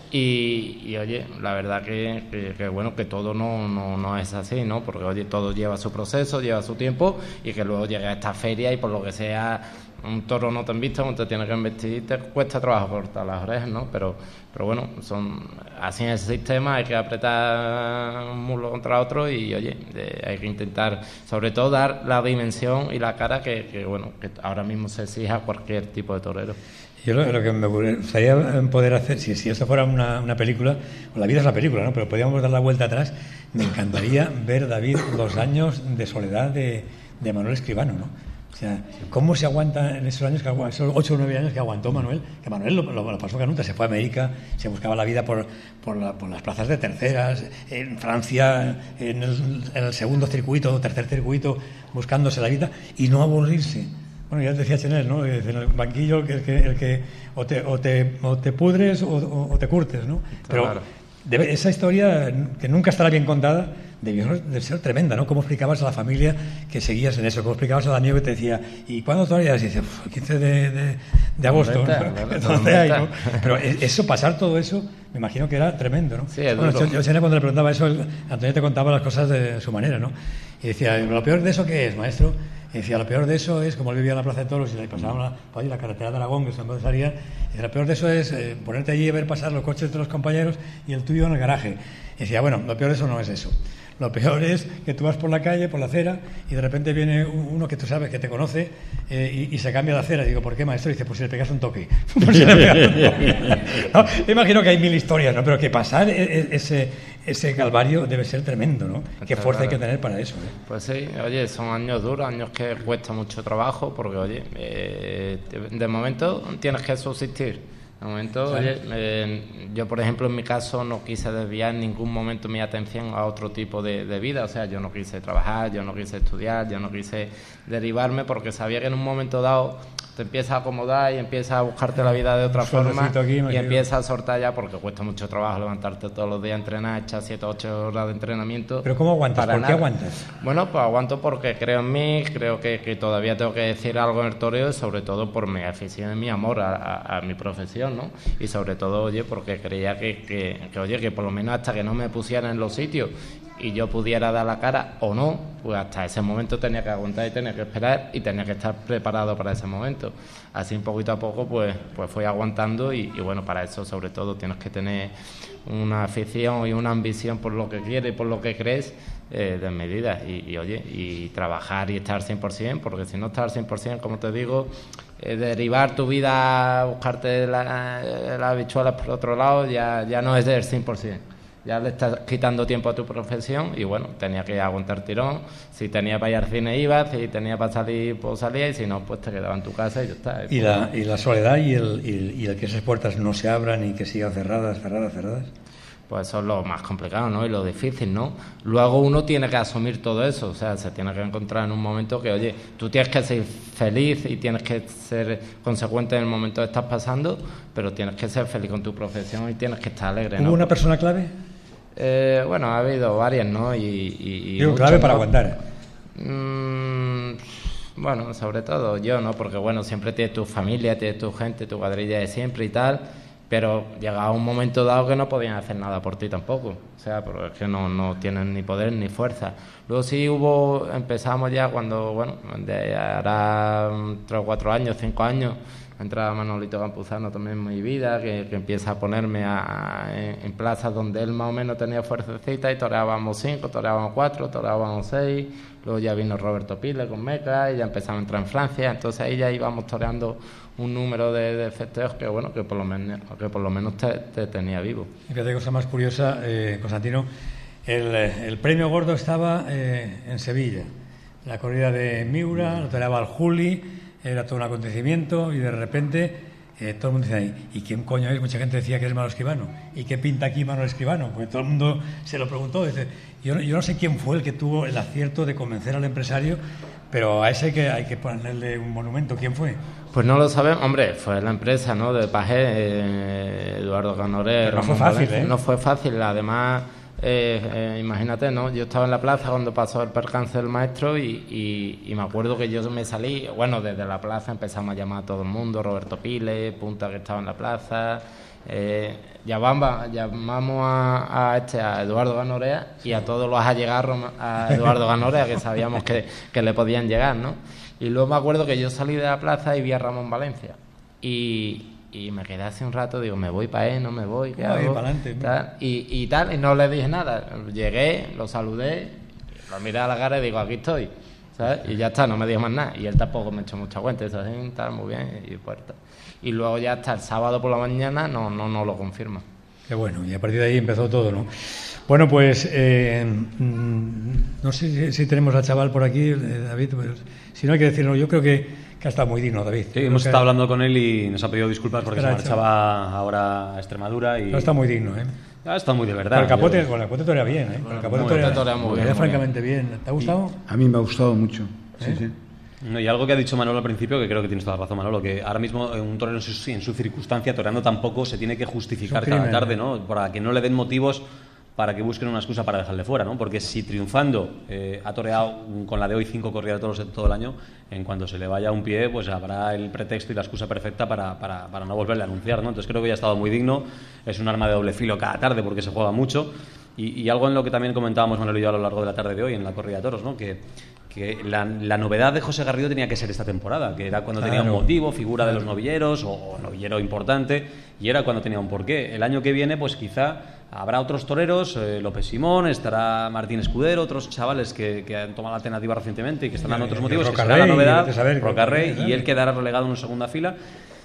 Y, y oye, la verdad que, que, que bueno, que todo no, no, no es así, ¿no? Porque, oye, todo lleva su proceso, lleva su tiempo, y que luego llega a esta feria y por lo que sea un toro no te han visto, no te tienes que investir, te cuesta trabajo cortar las orejas, ¿no? Pero, pero bueno, son así en ese sistema, hay que apretar un muslo contra otro y, oye, eh, hay que intentar, sobre todo, dar la dimensión y la cara que, que bueno, que ahora mismo se exige a cualquier tipo de torero. Yo lo, lo que me gustaría poder hacer, si, si esto fuera una, una película, o la vida es la película, ¿no? Pero podríamos dar la vuelta atrás, me encantaría ver, David, los años de soledad de, de Manuel Escribano, ¿no? O sea, cómo se aguanta en esos años, que agu- esos ocho o nueve años que aguantó Manuel, que Manuel lo, lo, lo pasó canuta, se fue a América, se buscaba la vida por, por, la, por las plazas de terceras, en Francia, en el, en el segundo circuito, tercer circuito, buscándose la vida y no aburrirse. Bueno, ya decía Chenel, ¿no? En el banquillo el que, el que, el que o, te, o, te, o te pudres o, o, o te curtes, ¿no? Pero Claro. debe, esa historia, que nunca estará bien contada, debió de ser tremenda, ¿no? Cómo explicabas a la familia que seguías en eso, cómo explicabas al amigo que te decía, ¿y cuándo toreas? Y dices, el quince de, de, de agosto, ¿no? Claro, ¿Dónde hay, no? Pero eso, pasar todo eso, me imagino que era tremendo, ¿no? Sí, es bueno, duro. yo, yo cuando le preguntaba eso, Antonio te contaba las cosas de su manera, ¿no? Y decía, lo peor de eso, ¿qué es, maestro? Y decía, lo peor de eso es, como él vivía en la Plaza de Toros y le pasábamos la, pues, la carretera de Aragón, que es donde salía, y lo peor de eso es eh, ponerte allí y ver pasar los coches de los compañeros y el tuyo en el garaje. Y decía, bueno, lo peor de eso no es eso. Lo peor es que tú vas por la calle, por la acera, y de repente viene uno que tú sabes que te conoce eh, y, y se cambia de acera. Y digo, ¿por qué, maestro? Y dice, pues si le pegas un toque. Pues si le pegas un toque. No, imagino que hay mil historias, ¿no? Pero que pasar ese, ese calvario debe ser tremendo, ¿no? Qué fuerza hay que tener para eso, ¿eh? Pues sí, oye, son años duros, años que cuesta mucho trabajo, porque, oye, eh, de momento tienes que subsistir. De momento, ¿sí? Oye, eh, yo, por ejemplo, en mi caso no quise desviar en ningún momento mi atención a otro tipo de, de vida. O sea, yo no quise trabajar, yo no quise estudiar, yo no quise derivarme, porque sabía que en un momento dado te empiezas a acomodar y empiezas a buscarte la vida de otra forma aquí, y empiezas a soltar ya, porque cuesta mucho trabajo levantarte todos los días a entrenar, echar siete o ocho horas de entrenamiento. ¿Pero cómo aguantas? ¿Por nada. qué aguantas? Bueno, pues aguanto porque creo en mí, creo que, que todavía tengo que decir algo en el toreo, y sobre todo por mi afición y mi amor a, a, a mi profesión, ¿no? Y sobre todo, oye, porque creía que, que, que, oye, que por lo menos hasta que no me pusieran en los sitios y yo pudiera dar la cara o no, pues hasta ese momento tenía que aguantar y tenía que esperar y tenía que estar preparado para ese momento. Así poquito a poco pues, pues fui aguantando y, y bueno, para eso sobre todo tienes que tener una afición y una ambición por lo que quieres y por lo que crees eh, desmedida y, y oye, y trabajar y estar cien por ciento, porque si no estás al cien por ciento, como te digo, eh, derivar tu vida, buscarte las la habichuelas por otro lado, ya, ya no es del cien por ciento. Ya le estás quitando tiempo a tu profesión y bueno, tenía que aguantar tirón. Si tenía para ir al cine ibas, si tenía para salir pues salía, y si no pues te quedabas en tu casa y ya está. ¿Y, la, y la soledad y el, y, y el que esas puertas no se abran y que sigan cerradas, cerradas, cerradas? Pues eso es lo más complicado, ¿no? Y lo difícil, ¿no? Luego uno tiene que asumir todo eso, o sea, se tiene que encontrar en un momento que, oye, tú tienes que ser feliz y tienes que ser consecuente en el momento que estás pasando, pero tienes que ser feliz con tu profesión y tienes que estar alegre, ¿no? ¿Hubo una persona clave? Eh, bueno, ha habido varias, ¿no? Y, y, y Digo, clave para aguantar. Mm, bueno, sobre todo yo, ¿no? Porque, bueno, siempre tienes tu familia, tienes tu gente, tu cuadrilla de siempre y tal, pero llegaba un momento dado que no podían hacer nada por ti tampoco. O sea, porque es que no, no tienen ni poder ni fuerza. Luego sí hubo, empezamos ya cuando, bueno, de ahora tres o cuatro años, cinco años, entraba Manolito Campuzano también en mi vida, que, que empieza a ponerme a, a, en, en plazas donde él más o menos tenía fuercecita y toreábamos cinco, toreábamos cuatro, toreábamos seis. Luego ya vino Roberto Pile con Meca y ya empezamos a entrar en Francia. Entonces ahí ya íbamos toreando un número de, de festejos que, bueno, que por lo menos, que por lo menos te, te tenía vivo. Y fíjate, cosa más curiosa, eh, Constantino, el, el premio gordo estaba eh, en Sevilla. La corrida de Miura, lo toreaba al Juli. Era todo un acontecimiento y de repente eh, todo el mundo decía ahí, ¿y quién coño es? Mucha gente decía que es Manolo Escribano. ¿Y qué pinta aquí Manolo Escribano? Porque todo el mundo se lo preguntó. Dice, yo, yo no sé quién fue el que tuvo el acierto de convencer al empresario, pero a ese hay que, hay que ponerle un monumento. ¿Quién fue? Pues no lo sabemos. Hombre, fue la empresa, ¿no? De Pajé, eh, Eduardo Canoré. Pero no fue fácil, Valencia. ¿eh? No fue fácil, además... Eh, eh, imagínate, ¿no? Yo estaba en la plaza cuando pasó el percance del maestro y, y, y me acuerdo que yo me salí, bueno, desde la plaza empezamos a llamar a todo el mundo, Roberto Pile, Punta que estaba en la plaza, eh, llamamos, llamamos a, a, este, a Eduardo Ganorea y a todos los allegados a Eduardo Ganorea que sabíamos que, que le podían llegar, ¿no? Y luego me acuerdo que yo salí de la plaza y vi a Ramón Valencia y... Y me quedé hace un rato, digo, me voy para él, no me voy, ¿qué hago? Adelante, tal, y, y tal, y no le dije nada. Llegué, lo saludé, lo miré a la cara y digo, aquí estoy, ¿sabes? Y ya está, no me dijo más nada. Y él tampoco me echó mucha cuenta, eso así, tal, muy bien, y puerta. Y luego ya hasta el sábado por la mañana no, no, no lo confirma. Qué bueno, y a partir de ahí empezó todo, ¿no? Bueno, pues, eh, no sé si, si tenemos al chaval por aquí, eh, David, pues, si no hay que decirlo, yo creo que... que ha estado muy digno, David. Sí, hemos estado hablando con él y nos ha pedido disculpas porque se marchaba ahora a Extremadura y... No, está muy digno, ¿eh? Ha estado muy de verdad. Con el capote, con el capote torea bien, ¿eh? Con el capote torea, torea muy bien. Francamente bien. ¿Te ha gustado? A mí me ha gustado mucho, sí, ¿Eh? sí. No, y algo que ha dicho Manolo al principio, que creo que tienes toda la razón, Manolo, que ahora mismo un torero en su, en su circunstancia, toreando tampoco, se tiene que justificar cada tarde, ¿no? Para que no le den motivos para que busquen una excusa para dejarle fuera, ¿no? Porque si triunfando eh, ha toreado con la de hoy cinco corridas de toros todo el año, en cuanto se le vaya un pie, pues habrá el pretexto y la excusa perfecta para, para, para no volverle a anunciar, ¿no? Entonces creo que ya ha estado muy digno, es un arma de doble filo cada tarde porque se juega mucho y, y algo en lo que también comentábamos Manuel y yo a lo largo de la tarde de hoy en la corrida de toros, ¿no? Que, que la, la novedad de José Garrido tenía que ser esta temporada, que era cuando claro. tenía un motivo, figura de los novilleros, o novillero importante, y era cuando tenía un porqué. El año que viene, pues quizá habrá otros toreros, eh, López Simón, estará Martín Escudero, otros chavales que, que han tomado la alternativa recientemente y que están dando otros motivos, que será la novedad, Rocarrey, y él quedará relegado en una segunda fila.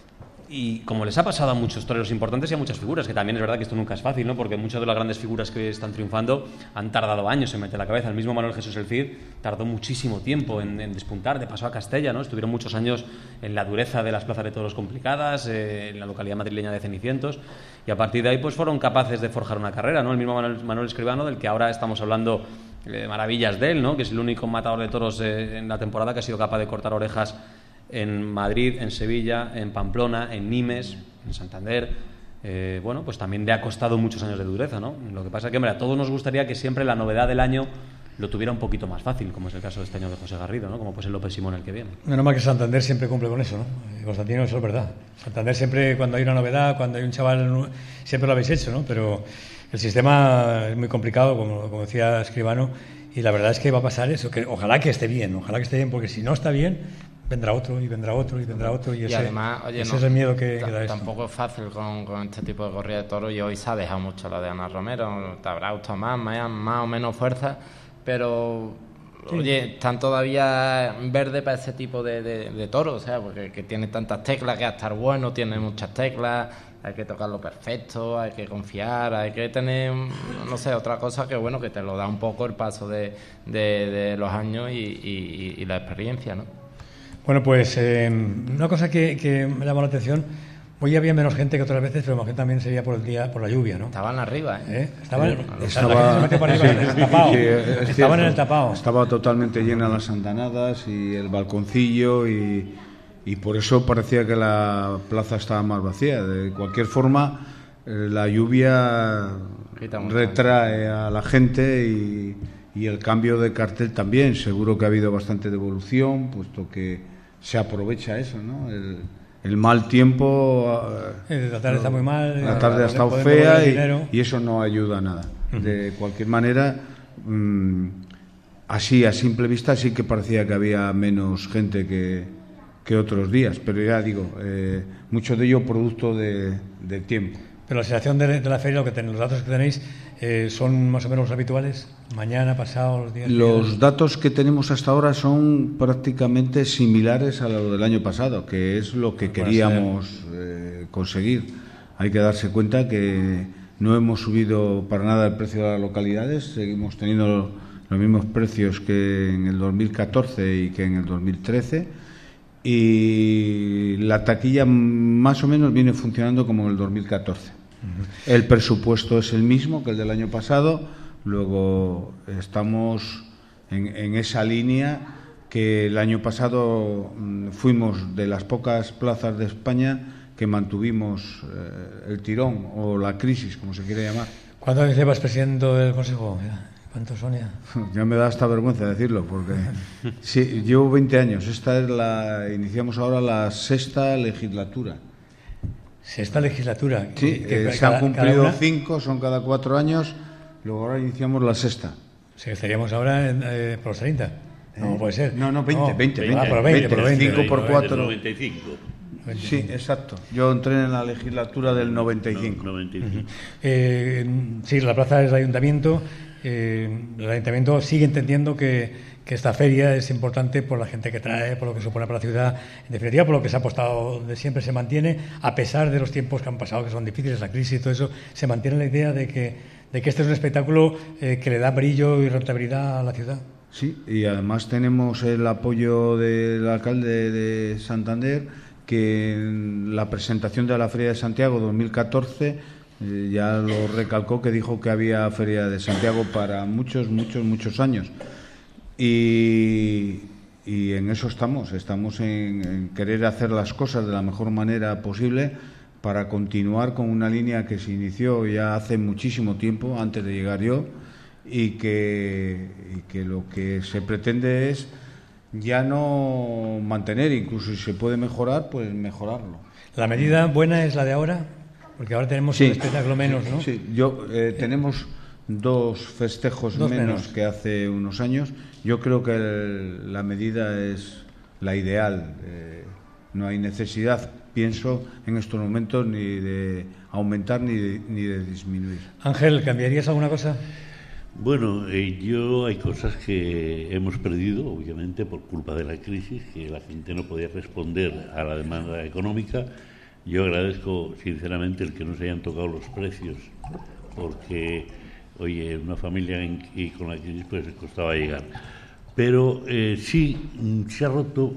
Y como les ha pasado a muchos toreros importantes y a muchas figuras, que también es verdad que esto nunca es fácil, ¿no? Porque muchas de las grandes figuras que están triunfando han tardado años en meter la cabeza. El mismo Manuel Jesús El Cid tardó muchísimo tiempo en, en despuntar, de paso a Castella, ¿no? Estuvieron muchos años en la dureza de las plazas de toros complicadas, eh, en la localidad madrileña de Cenicientos, y a partir de ahí pues fueron capaces de forjar una carrera, ¿no? El mismo Manuel, Manuel Escribano, del que ahora estamos hablando eh, maravillas de él, ¿no? Que es el único matador de toros eh, en la temporada que ha sido capaz de cortar orejas en Madrid, en Sevilla, en Pamplona, en Nimes, en Santander. Eh, bueno, pues también le ha costado muchos años de dureza, ¿no? Lo que pasa es que, hombre, a todos nos gustaría que siempre la novedad del año lo tuviera un poquito más fácil, como es el caso de este año de José Garrido, ¿no? Como pues el López Simón el que viene. Menos mal que Santander siempre cumple con eso, ¿no? Constantino, eso es verdad. Santander siempre, cuando hay una novedad, cuando hay un chaval, siempre lo habéis hecho, ¿no? Pero el sistema es muy complicado, como, como decía Escribano, y la verdad es que va a pasar eso, que ojalá que esté bien, ojalá que esté bien, porque si no está bien, vendrá otro y vendrá otro y vendrá otro, y, y ese, además, oye, ese no, es el miedo que, que da esto. Tampoco es fácil con, con este tipo de corrida de toros, y hoy se ha dejado mucho la de Ana Romero, te habrá gustado más, más, más o menos fuerza, pero sí. Oye, están todavía verde para ese tipo de, de, de toros, o sea, porque que tiene tantas teclas, que a estar bueno, tiene muchas teclas, hay que tocarlo perfecto, hay que confiar, hay que tener, no sé, otra cosa que bueno, que te lo da un poco el paso de, de, de los años y, y, y la experiencia, ¿no? Bueno, pues eh, una cosa que, que me llamó la atención, hoy había menos gente que otras veces, pero imagino también sería por el día, por la lluvia, ¿no? Estaban arriba, ¿eh? ¿Eh? Estaban, sí, estaba, la para arriba, sí, en el tapao. Sí, es Estaban en el tapao. Estaba totalmente llena las antanadas y el balconcillo, y, y por eso parecía que la plaza estaba más vacía. De cualquier forma, eh, la lluvia retrae a la gente, y, y el cambio de cartel también. Seguro que ha habido bastante devolución, puesto que se aprovecha eso, ¿no? El, el mal tiempo, eh, la tarde está muy mal, la tarde ha estado fea, y, y eso no ayuda a nada. Uh-huh. De cualquier manera, mmm, así a simple vista sí que parecía que había menos gente que, que otros días, pero ya digo, eh, mucho de ello producto de, del tiempo. Pero la situación de, de la feria, lo que ten, los datos que tenéis, eh, ¿son más o menos los habituales? ¿Mañana, pasado, los días? Los días? datos que tenemos hasta ahora son prácticamente similares a lo del año pasado, que es lo que queríamos eh, conseguir. Hay que darse cuenta que no hemos subido para nada el precio de las localidades, seguimos teniendo los mismos precios que en el dos mil catorce y que en el dos mil trece, y la taquilla más o menos viene funcionando como en el dos mil catorce. Uh-huh. El presupuesto es el mismo que el del año pasado. Luego estamos en, en esa línea que el año pasado mmm, fuimos de las pocas plazas de España que mantuvimos eh, el tirón o la crisis, como se quiere llamar. ¿Cuántos años llevas presidente del Consejo? ¿Cuántos son ya? Ya me da hasta vergüenza decirlo, porque sí, llevo veinte años. Esta es la, iniciamos ahora la sexta legislatura. ¿Sexta legislatura? Sí, que, eh, se han cumplido cinco, son cada cuatro años. Luego ahora iniciamos la sexta. O sea, estaríamos ahora en, eh, por los treinta. No eh, puede ser. No, no, veinte, no, veinte, veinte. Ah, por veinte, por veinte. cinco por cuatro. noventa y cinco. Sí, exacto. Yo entré en la legislatura del noventa y cinco. No, noventa y cinco. Uh-huh. eh, sí, la plaza del ayuntamiento. Eh, el ayuntamiento sigue entendiendo que, que esta feria es importante por la gente que trae, por lo que supone para la ciudad, en definitiva por lo que se ha apostado de siempre, se mantiene, a pesar de los tiempos que han pasado, que son difíciles, la crisis y todo eso, se mantiene la idea de que, de que este es un espectáculo eh, que le da brillo y rentabilidad a la ciudad. Sí, y además tenemos el apoyo del alcalde de Santander, que en la presentación de la Feria de Santiago dos mil catorce Eh, ya lo recalcó, que dijo que había Feria de Santiago para muchos, muchos, muchos años. Y, y en eso estamos, estamos en, en querer hacer las cosas de la mejor manera posible para continuar con una línea que se inició ya hace muchísimo tiempo, antes de llegar yo, y que, y que lo que se pretende es ya no mantener, incluso si se puede mejorar, pues mejorarlo. ¿La medida buena es la de ahora? Porque ahora tenemos sí, un espectáculo menos, ¿no? Sí, yo, eh, tenemos dos festejos dos menos, menos que hace unos años. Yo creo que el, la medida es la ideal. Eh, no hay necesidad, pienso, en estos momentos ni de aumentar ni de, ni de disminuir. Ángel, ¿cambiarías alguna cosa? Bueno, eh, yo hay cosas que hemos perdido, obviamente, por culpa de la crisis, que la gente no podía responder a la demanda económica. Yo agradezco sinceramente el que no se hayan tocado los precios, porque, oye, una familia en, y con la crisis pues costaba llegar. Pero eh, sí, se ha roto,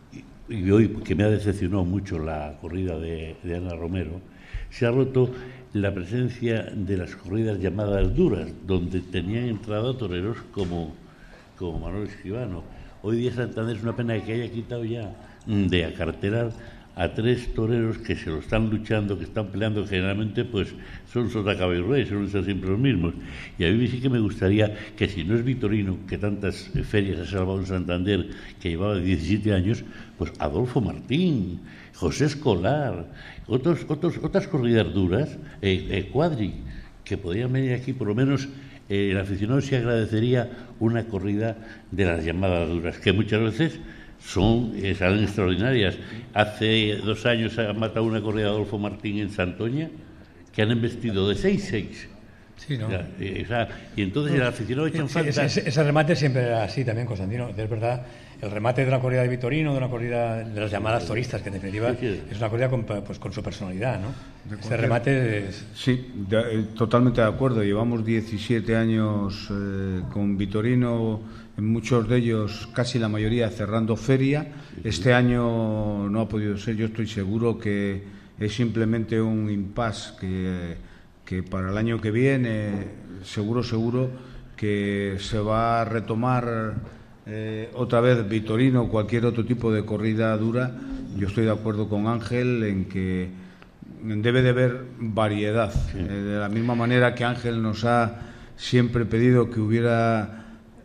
y hoy que me ha decepcionado mucho la corrida de, de Ana Romero, se ha roto la presencia de las corridas llamadas duras, donde tenían entrado toreros como, como Manuel Escribano. Hoy día Santander es una pena que haya quitado ya de acarterar a tres toreros que se lo están luchando, que están peleando, generalmente pues son Sotacaba y Rey, son siempre los mismos. Y a mí sí que me gustaría que, si no es Vitorino, que tantas ferias ha salvado en Santander, que llevaba diecisiete años, pues Adolfo Martín, José Escolar, otros, otros, otras corridas duras, eh, eh, Cuadri, que podían venir aquí. Por lo menos eh, el aficionado se agradecería una corrida de las llamadas duras, que muchas veces son eh, salen extraordinarias. Hace dos años ha matado una corrida de Adolfo Martín en Santoña, que han embestido de seis seis. Sí, ¿no? O sea, eh, o sea, y entonces el aficionado echan sí, falta. Ese, ese remate siempre era así también, Constantino. Es verdad, el remate de una corrida de Vitorino, de una corrida de las llamadas toristas, que en definitiva sí, sí. es una corrida con, pues, con su personalidad, ¿no? Ese remate es... Sí, de, eh, totalmente de acuerdo. Llevamos diecisiete años eh, con Vitorino, en muchos de ellos, casi la mayoría, cerrando feria. Este año no ha podido ser. Yo estoy seguro que es simplemente un impasse que, que para el año que viene, seguro, seguro que se va a retomar eh, otra vez Vitorino o cualquier otro tipo de corrida dura. Yo estoy de acuerdo con Ángel en que debe de haber variedad. Sí. Eh, de la misma manera que Ángel nos ha siempre pedido que hubiera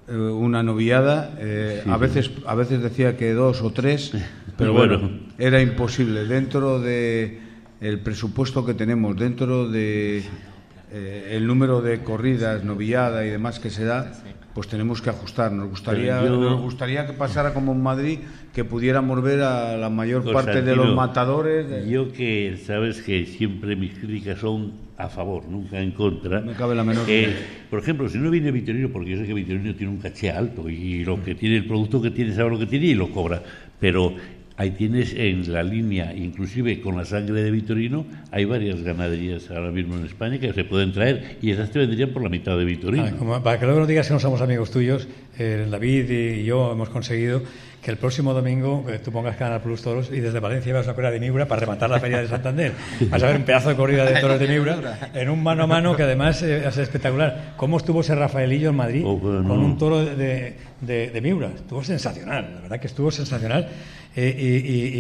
una noviada, eh, sí, a veces a veces decía que dos o tres, pero bueno, bueno, era imposible dentro de el presupuesto que tenemos, dentro de eh, el número de corridas, novillada y demás que se da, pues tenemos que ajustar. Nos gustaría yo, nos gustaría que pasara como en Madrid, que pudiéramos ver a la mayor parte de los matadores. De... Yo que sabes que siempre mis críticas son a favor, nunca en contra. Me cabe la menor eh, por ejemplo, si no viene Vitorino, porque yo sé que Vitorino tiene un caché alto y lo que tiene, el producto que tiene, sabe lo que tiene y lo cobra, pero ahí tienes en la línea, inclusive con la sangre de Vitorino, hay varias ganaderías ahora mismo en España que se pueden traer, y esas te vendrían por la mitad de Vitorino. Ah, como, para que luego no digas que no somos amigos tuyos, eh, David y yo hemos conseguido que el próximo domingo eh, tú pongas Canal Plus Toros y desde Valencia vas a una corrida de Miura para rematar la feria de Santander. Vas a ver un pedazo de corrida de toros de Miura en un mano a mano que además eh, es espectacular. ¿Cómo estuvo ese Rafaelillo en Madrid oh, bueno. con un toro de, de, de Miura? Estuvo sensacional, la verdad que estuvo sensacional. Eh, y,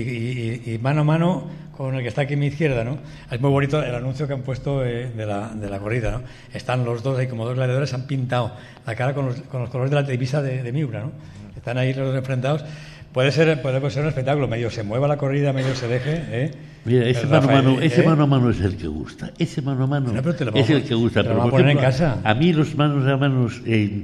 y, y, y, y mano a mano con el que está aquí a mi izquierda, ¿no? Es muy bonito el anuncio que han puesto eh, de, la, de la corrida, ¿no? Están los dos ahí como dos gladiadores, han pintado la cara con los, con los colores de la divisa de, de Miura, ¿no? Están ahí los dos enfrentados. Puede ser, puede ser un espectáculo, medio se mueva la corrida, medio se deje, ¿eh? Mira, ese mano, Rafael, mano, ese ¿eh? mano a mano es el que gusta. Ese mano a mano no, es el que gusta. Te lo vamos a poner en casa. A mí los manos a manos, eh,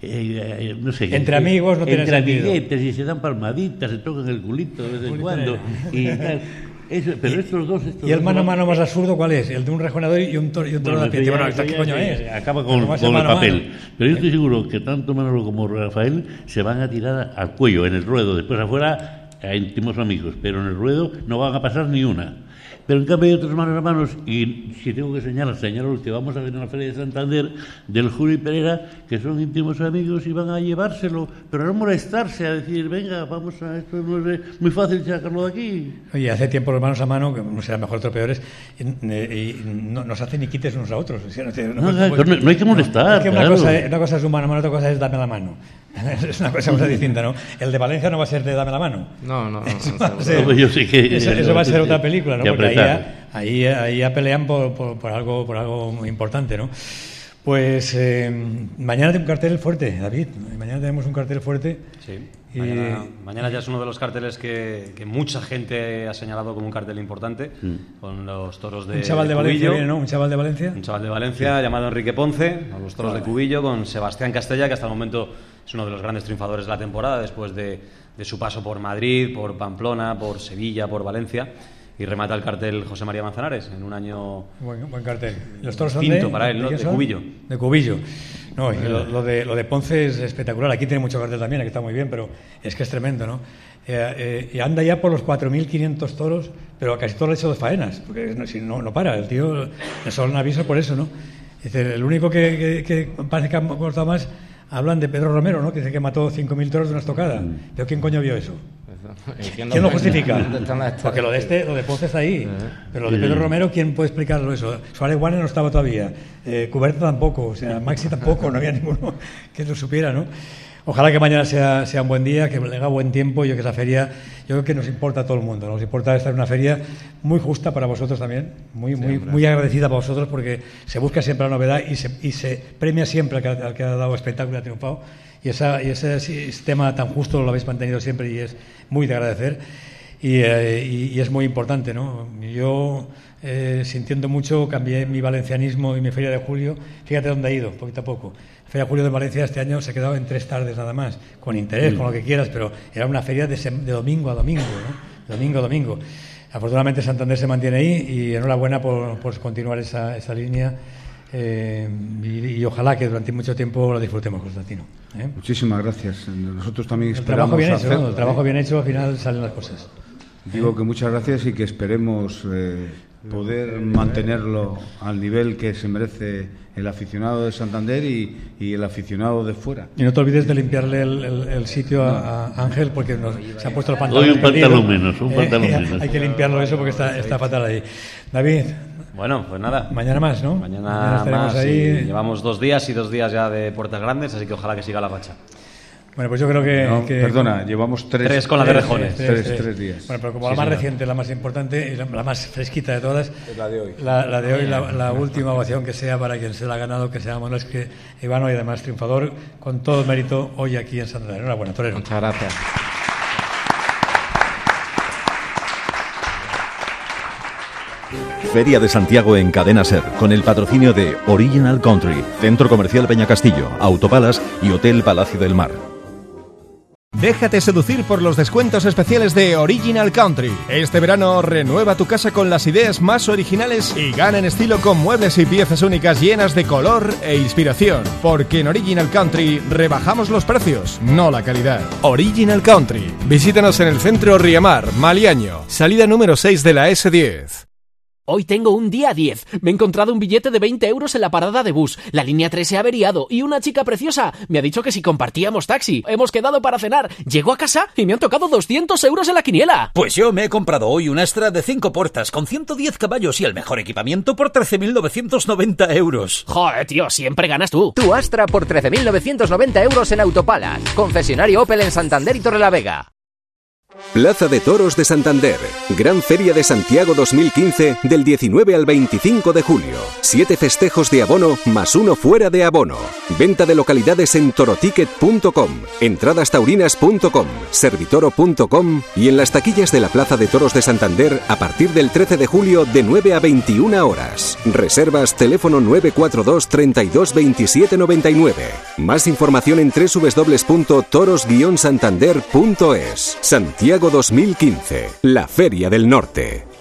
eh, no sé. Entre eh, amigos no tiene entre sentido. Entre amiguetes y se dan palmaditas, se tocan el culito de vez en cuando. Y, eso, pero y, estos dos... Estos ¿Y el dos mano a mano más absurdo cuál es? El de un rejoneador y un toro, y un toro bueno, de pie. Bueno, ya, ¿qué ya, coño ya, es? Acaba con, con el papel. Pero yo estoy seguro que tanto Manolo como Rafael se van a tirar al cuello en el ruedo. Después afuera, a íntimos amigos. Pero en el ruedo no van a pasar ni una. Pero en cambio hay otros manos a manos, y si tengo que señalar, señalo los que vamos a ver en la Feria de Santander, del Julio y Pereira, que son íntimos amigos y van a llevárselo, pero no molestarse a decir, venga, vamos a esto, no es muy fácil sacarlo de aquí. Oye, hace tiempo los manos a mano, que no será mejor tropeadores, y, y no nos hacen ni quites unos a otros. O sea, no, no, no, no, no, no hay que molestar. No, es que una, claro. cosa, una cosa es un mano a mano, otra cosa es dame la mano. Es una cosa muy distinta, ¿no? El de Valencia no va a ser de dame la mano. No, no, no. Eso, no, no, ser, no yo sé que eso, eso va a ser otra película, ¿no? Porque ahí ya, ahí, ahí ya pelean por, por, por algo por algo muy importante, ¿no? Pues eh, mañana tengo un cartel fuerte, David. Mañana tenemos un cartel fuerte. Sí. Y... Mañana, mañana ya es uno de los carteles que, que mucha gente ha señalado como un cartel importante, mm. con los toros de Un chaval de, de Valencia viene, ¿no? Un chaval de Valencia. Un chaval de Valencia sí. llamado Enrique Ponce, con los toros vale. de Cubillo, con Sebastián Castella, que hasta el momento es uno de los grandes triunfadores de la temporada, después de, de su paso por Madrid, por Pamplona, por Sevilla, por Valencia. Y remata el cartel José María Manzanares en un año buen, buen cartel. Los toros son distinto de, para él, ¿no? De, de Cubillo. De Cubillo. No, y lo, lo, de, lo de Ponce es espectacular. Aquí tiene mucho cartel también, aquí está muy bien, pero es que es tremendo, ¿no? Eh, eh, y anda ya por los cuatro mil quinientos toros, pero a casi todos le ha hecho dos faenas, porque no, si no, no para. El tío le solo un aviso por eso, ¿no? Dice, el único que, que, que parece que ha cortado más, hablan de Pedro Romero, ¿no? Que dice que mató cinco mil toros de una estocada. ¿Pero quién coño vio eso? ¿Quién lo justifica? Porque lo de este, lo de Ponce está ahí, pero lo de Pedro Romero, ¿quién puede explicarlo eso? Suárez Guane no estaba todavía, eh, Cuberta tampoco, o sea, Maxi tampoco, no había ninguno que lo supiera, ¿no? Ojalá que mañana sea, sea un buen día, que le haga buen tiempo. Yo que esa feria, yo creo que nos importa a todo el mundo, nos importa estar en una feria muy justa para vosotros también, muy, muy, muy agradecida para vosotros, porque se busca siempre la novedad y se, y se premia siempre al que, al que ha dado espectáculo y ha triunfado. Y, esa, y ese sistema tan justo lo habéis mantenido siempre y es muy de agradecer y, eh, y, y es muy importante, ¿no? Yo, eh, sintiendo mucho, cambié mi valencianismo y mi Feria de Julio. Fíjate dónde ha ido, poquito a poco. La Feria de Julio de Valencia este año se ha quedado en tres tardes nada más, con interés, sí. con lo que quieras, pero era una feria de, de domingo a domingo, ¿no? Domingo a domingo. Afortunadamente Santander se mantiene ahí y enhorabuena por, por continuar esa, esa línea. Eh, y, y ojalá que durante mucho tiempo lo disfrutemos, Constantino, ¿eh? Muchísimas gracias. Nosotros también el esperamos trabajo bien hecho, hacerlo, ¿no? El trabajo bien hecho, al final salen las cosas. Digo que muchas gracias y que esperemos eh, poder mantenerlo al nivel que se merece el aficionado de Santander y, y el aficionado de fuera. Y no te olvides de limpiarle el, el, el sitio a, a Ángel, porque nos, se ha puesto el pantalón. Hoy un pantalón menos, un pantalón eh, menos. Hay que limpiarlo eso porque está, está fatal ahí. David. Bueno, pues nada. Mañana más, ¿no? Mañana, Mañana más. Ahí. Llevamos dos días y dos días ya de puertas grandes, así que ojalá que siga la racha. Bueno, pues yo creo que... No, que perdona, con... llevamos tres... Tres con la de Rejones. Tres, tres, tres, tres días. Bueno, pero como sí, la más señor. reciente, la más importante y la, la más fresquita de todas... Es la de hoy. La, la de hoy, la, la última ovación que sea para quien se la ha ganado, que sea Manuel Ivano y además triunfador, con todo el mérito hoy aquí en Santander. Enhorabuena, torero. Muchas gracias. Feria de Santiago en Cadena Ser, con el patrocinio de Original Country, Centro Comercial Peña Castillo, Autopalas y Hotel Palacio del Mar. Déjate seducir por los descuentos especiales de Original Country. Este verano renueva tu casa con las ideas más originales y gana en estilo con muebles y piezas únicas llenas de color e inspiración. Porque en Original Country rebajamos los precios, no la calidad. Original Country. Visítanos en el centro Riamar, Maliaño, salida número seis de la ese diez. Hoy tengo un día diez. Me he encontrado un billete de veinte euros en la parada de bus. La línea tres se ha averiado y una chica preciosa me ha dicho que si compartíamos taxi. Hemos quedado para cenar. Llego a casa y me han tocado doscientos euros en la quiniela. Pues yo me he comprado hoy un Astra de cinco puertas con ciento diez caballos y el mejor equipamiento por trece mil novecientos noventa euros. Joder, tío, siempre ganas tú. Tu Astra por trece mil novecientos noventa euros en Autopalas. Concesionario Opel en Santander y Torrelavega. Plaza de Toros de Santander. Gran Feria de Santiago dos mil quince del diecinueve al veinticinco de julio. Siete festejos de abono más uno fuera de abono. Venta de localidades en toroticket punto com, entradas taurinas punto com, servitoro punto com y en las taquillas de la Plaza de Toros de Santander a partir del trece de julio de nueve a veintiuna horas. Reservas teléfono nueve cuatro dos, treinta y dos, veintisiete noventa y nueve. Más información en doble u doble u doble u punto toros guion santander punto es. Santiago dos mil quince, la Feria del Norte.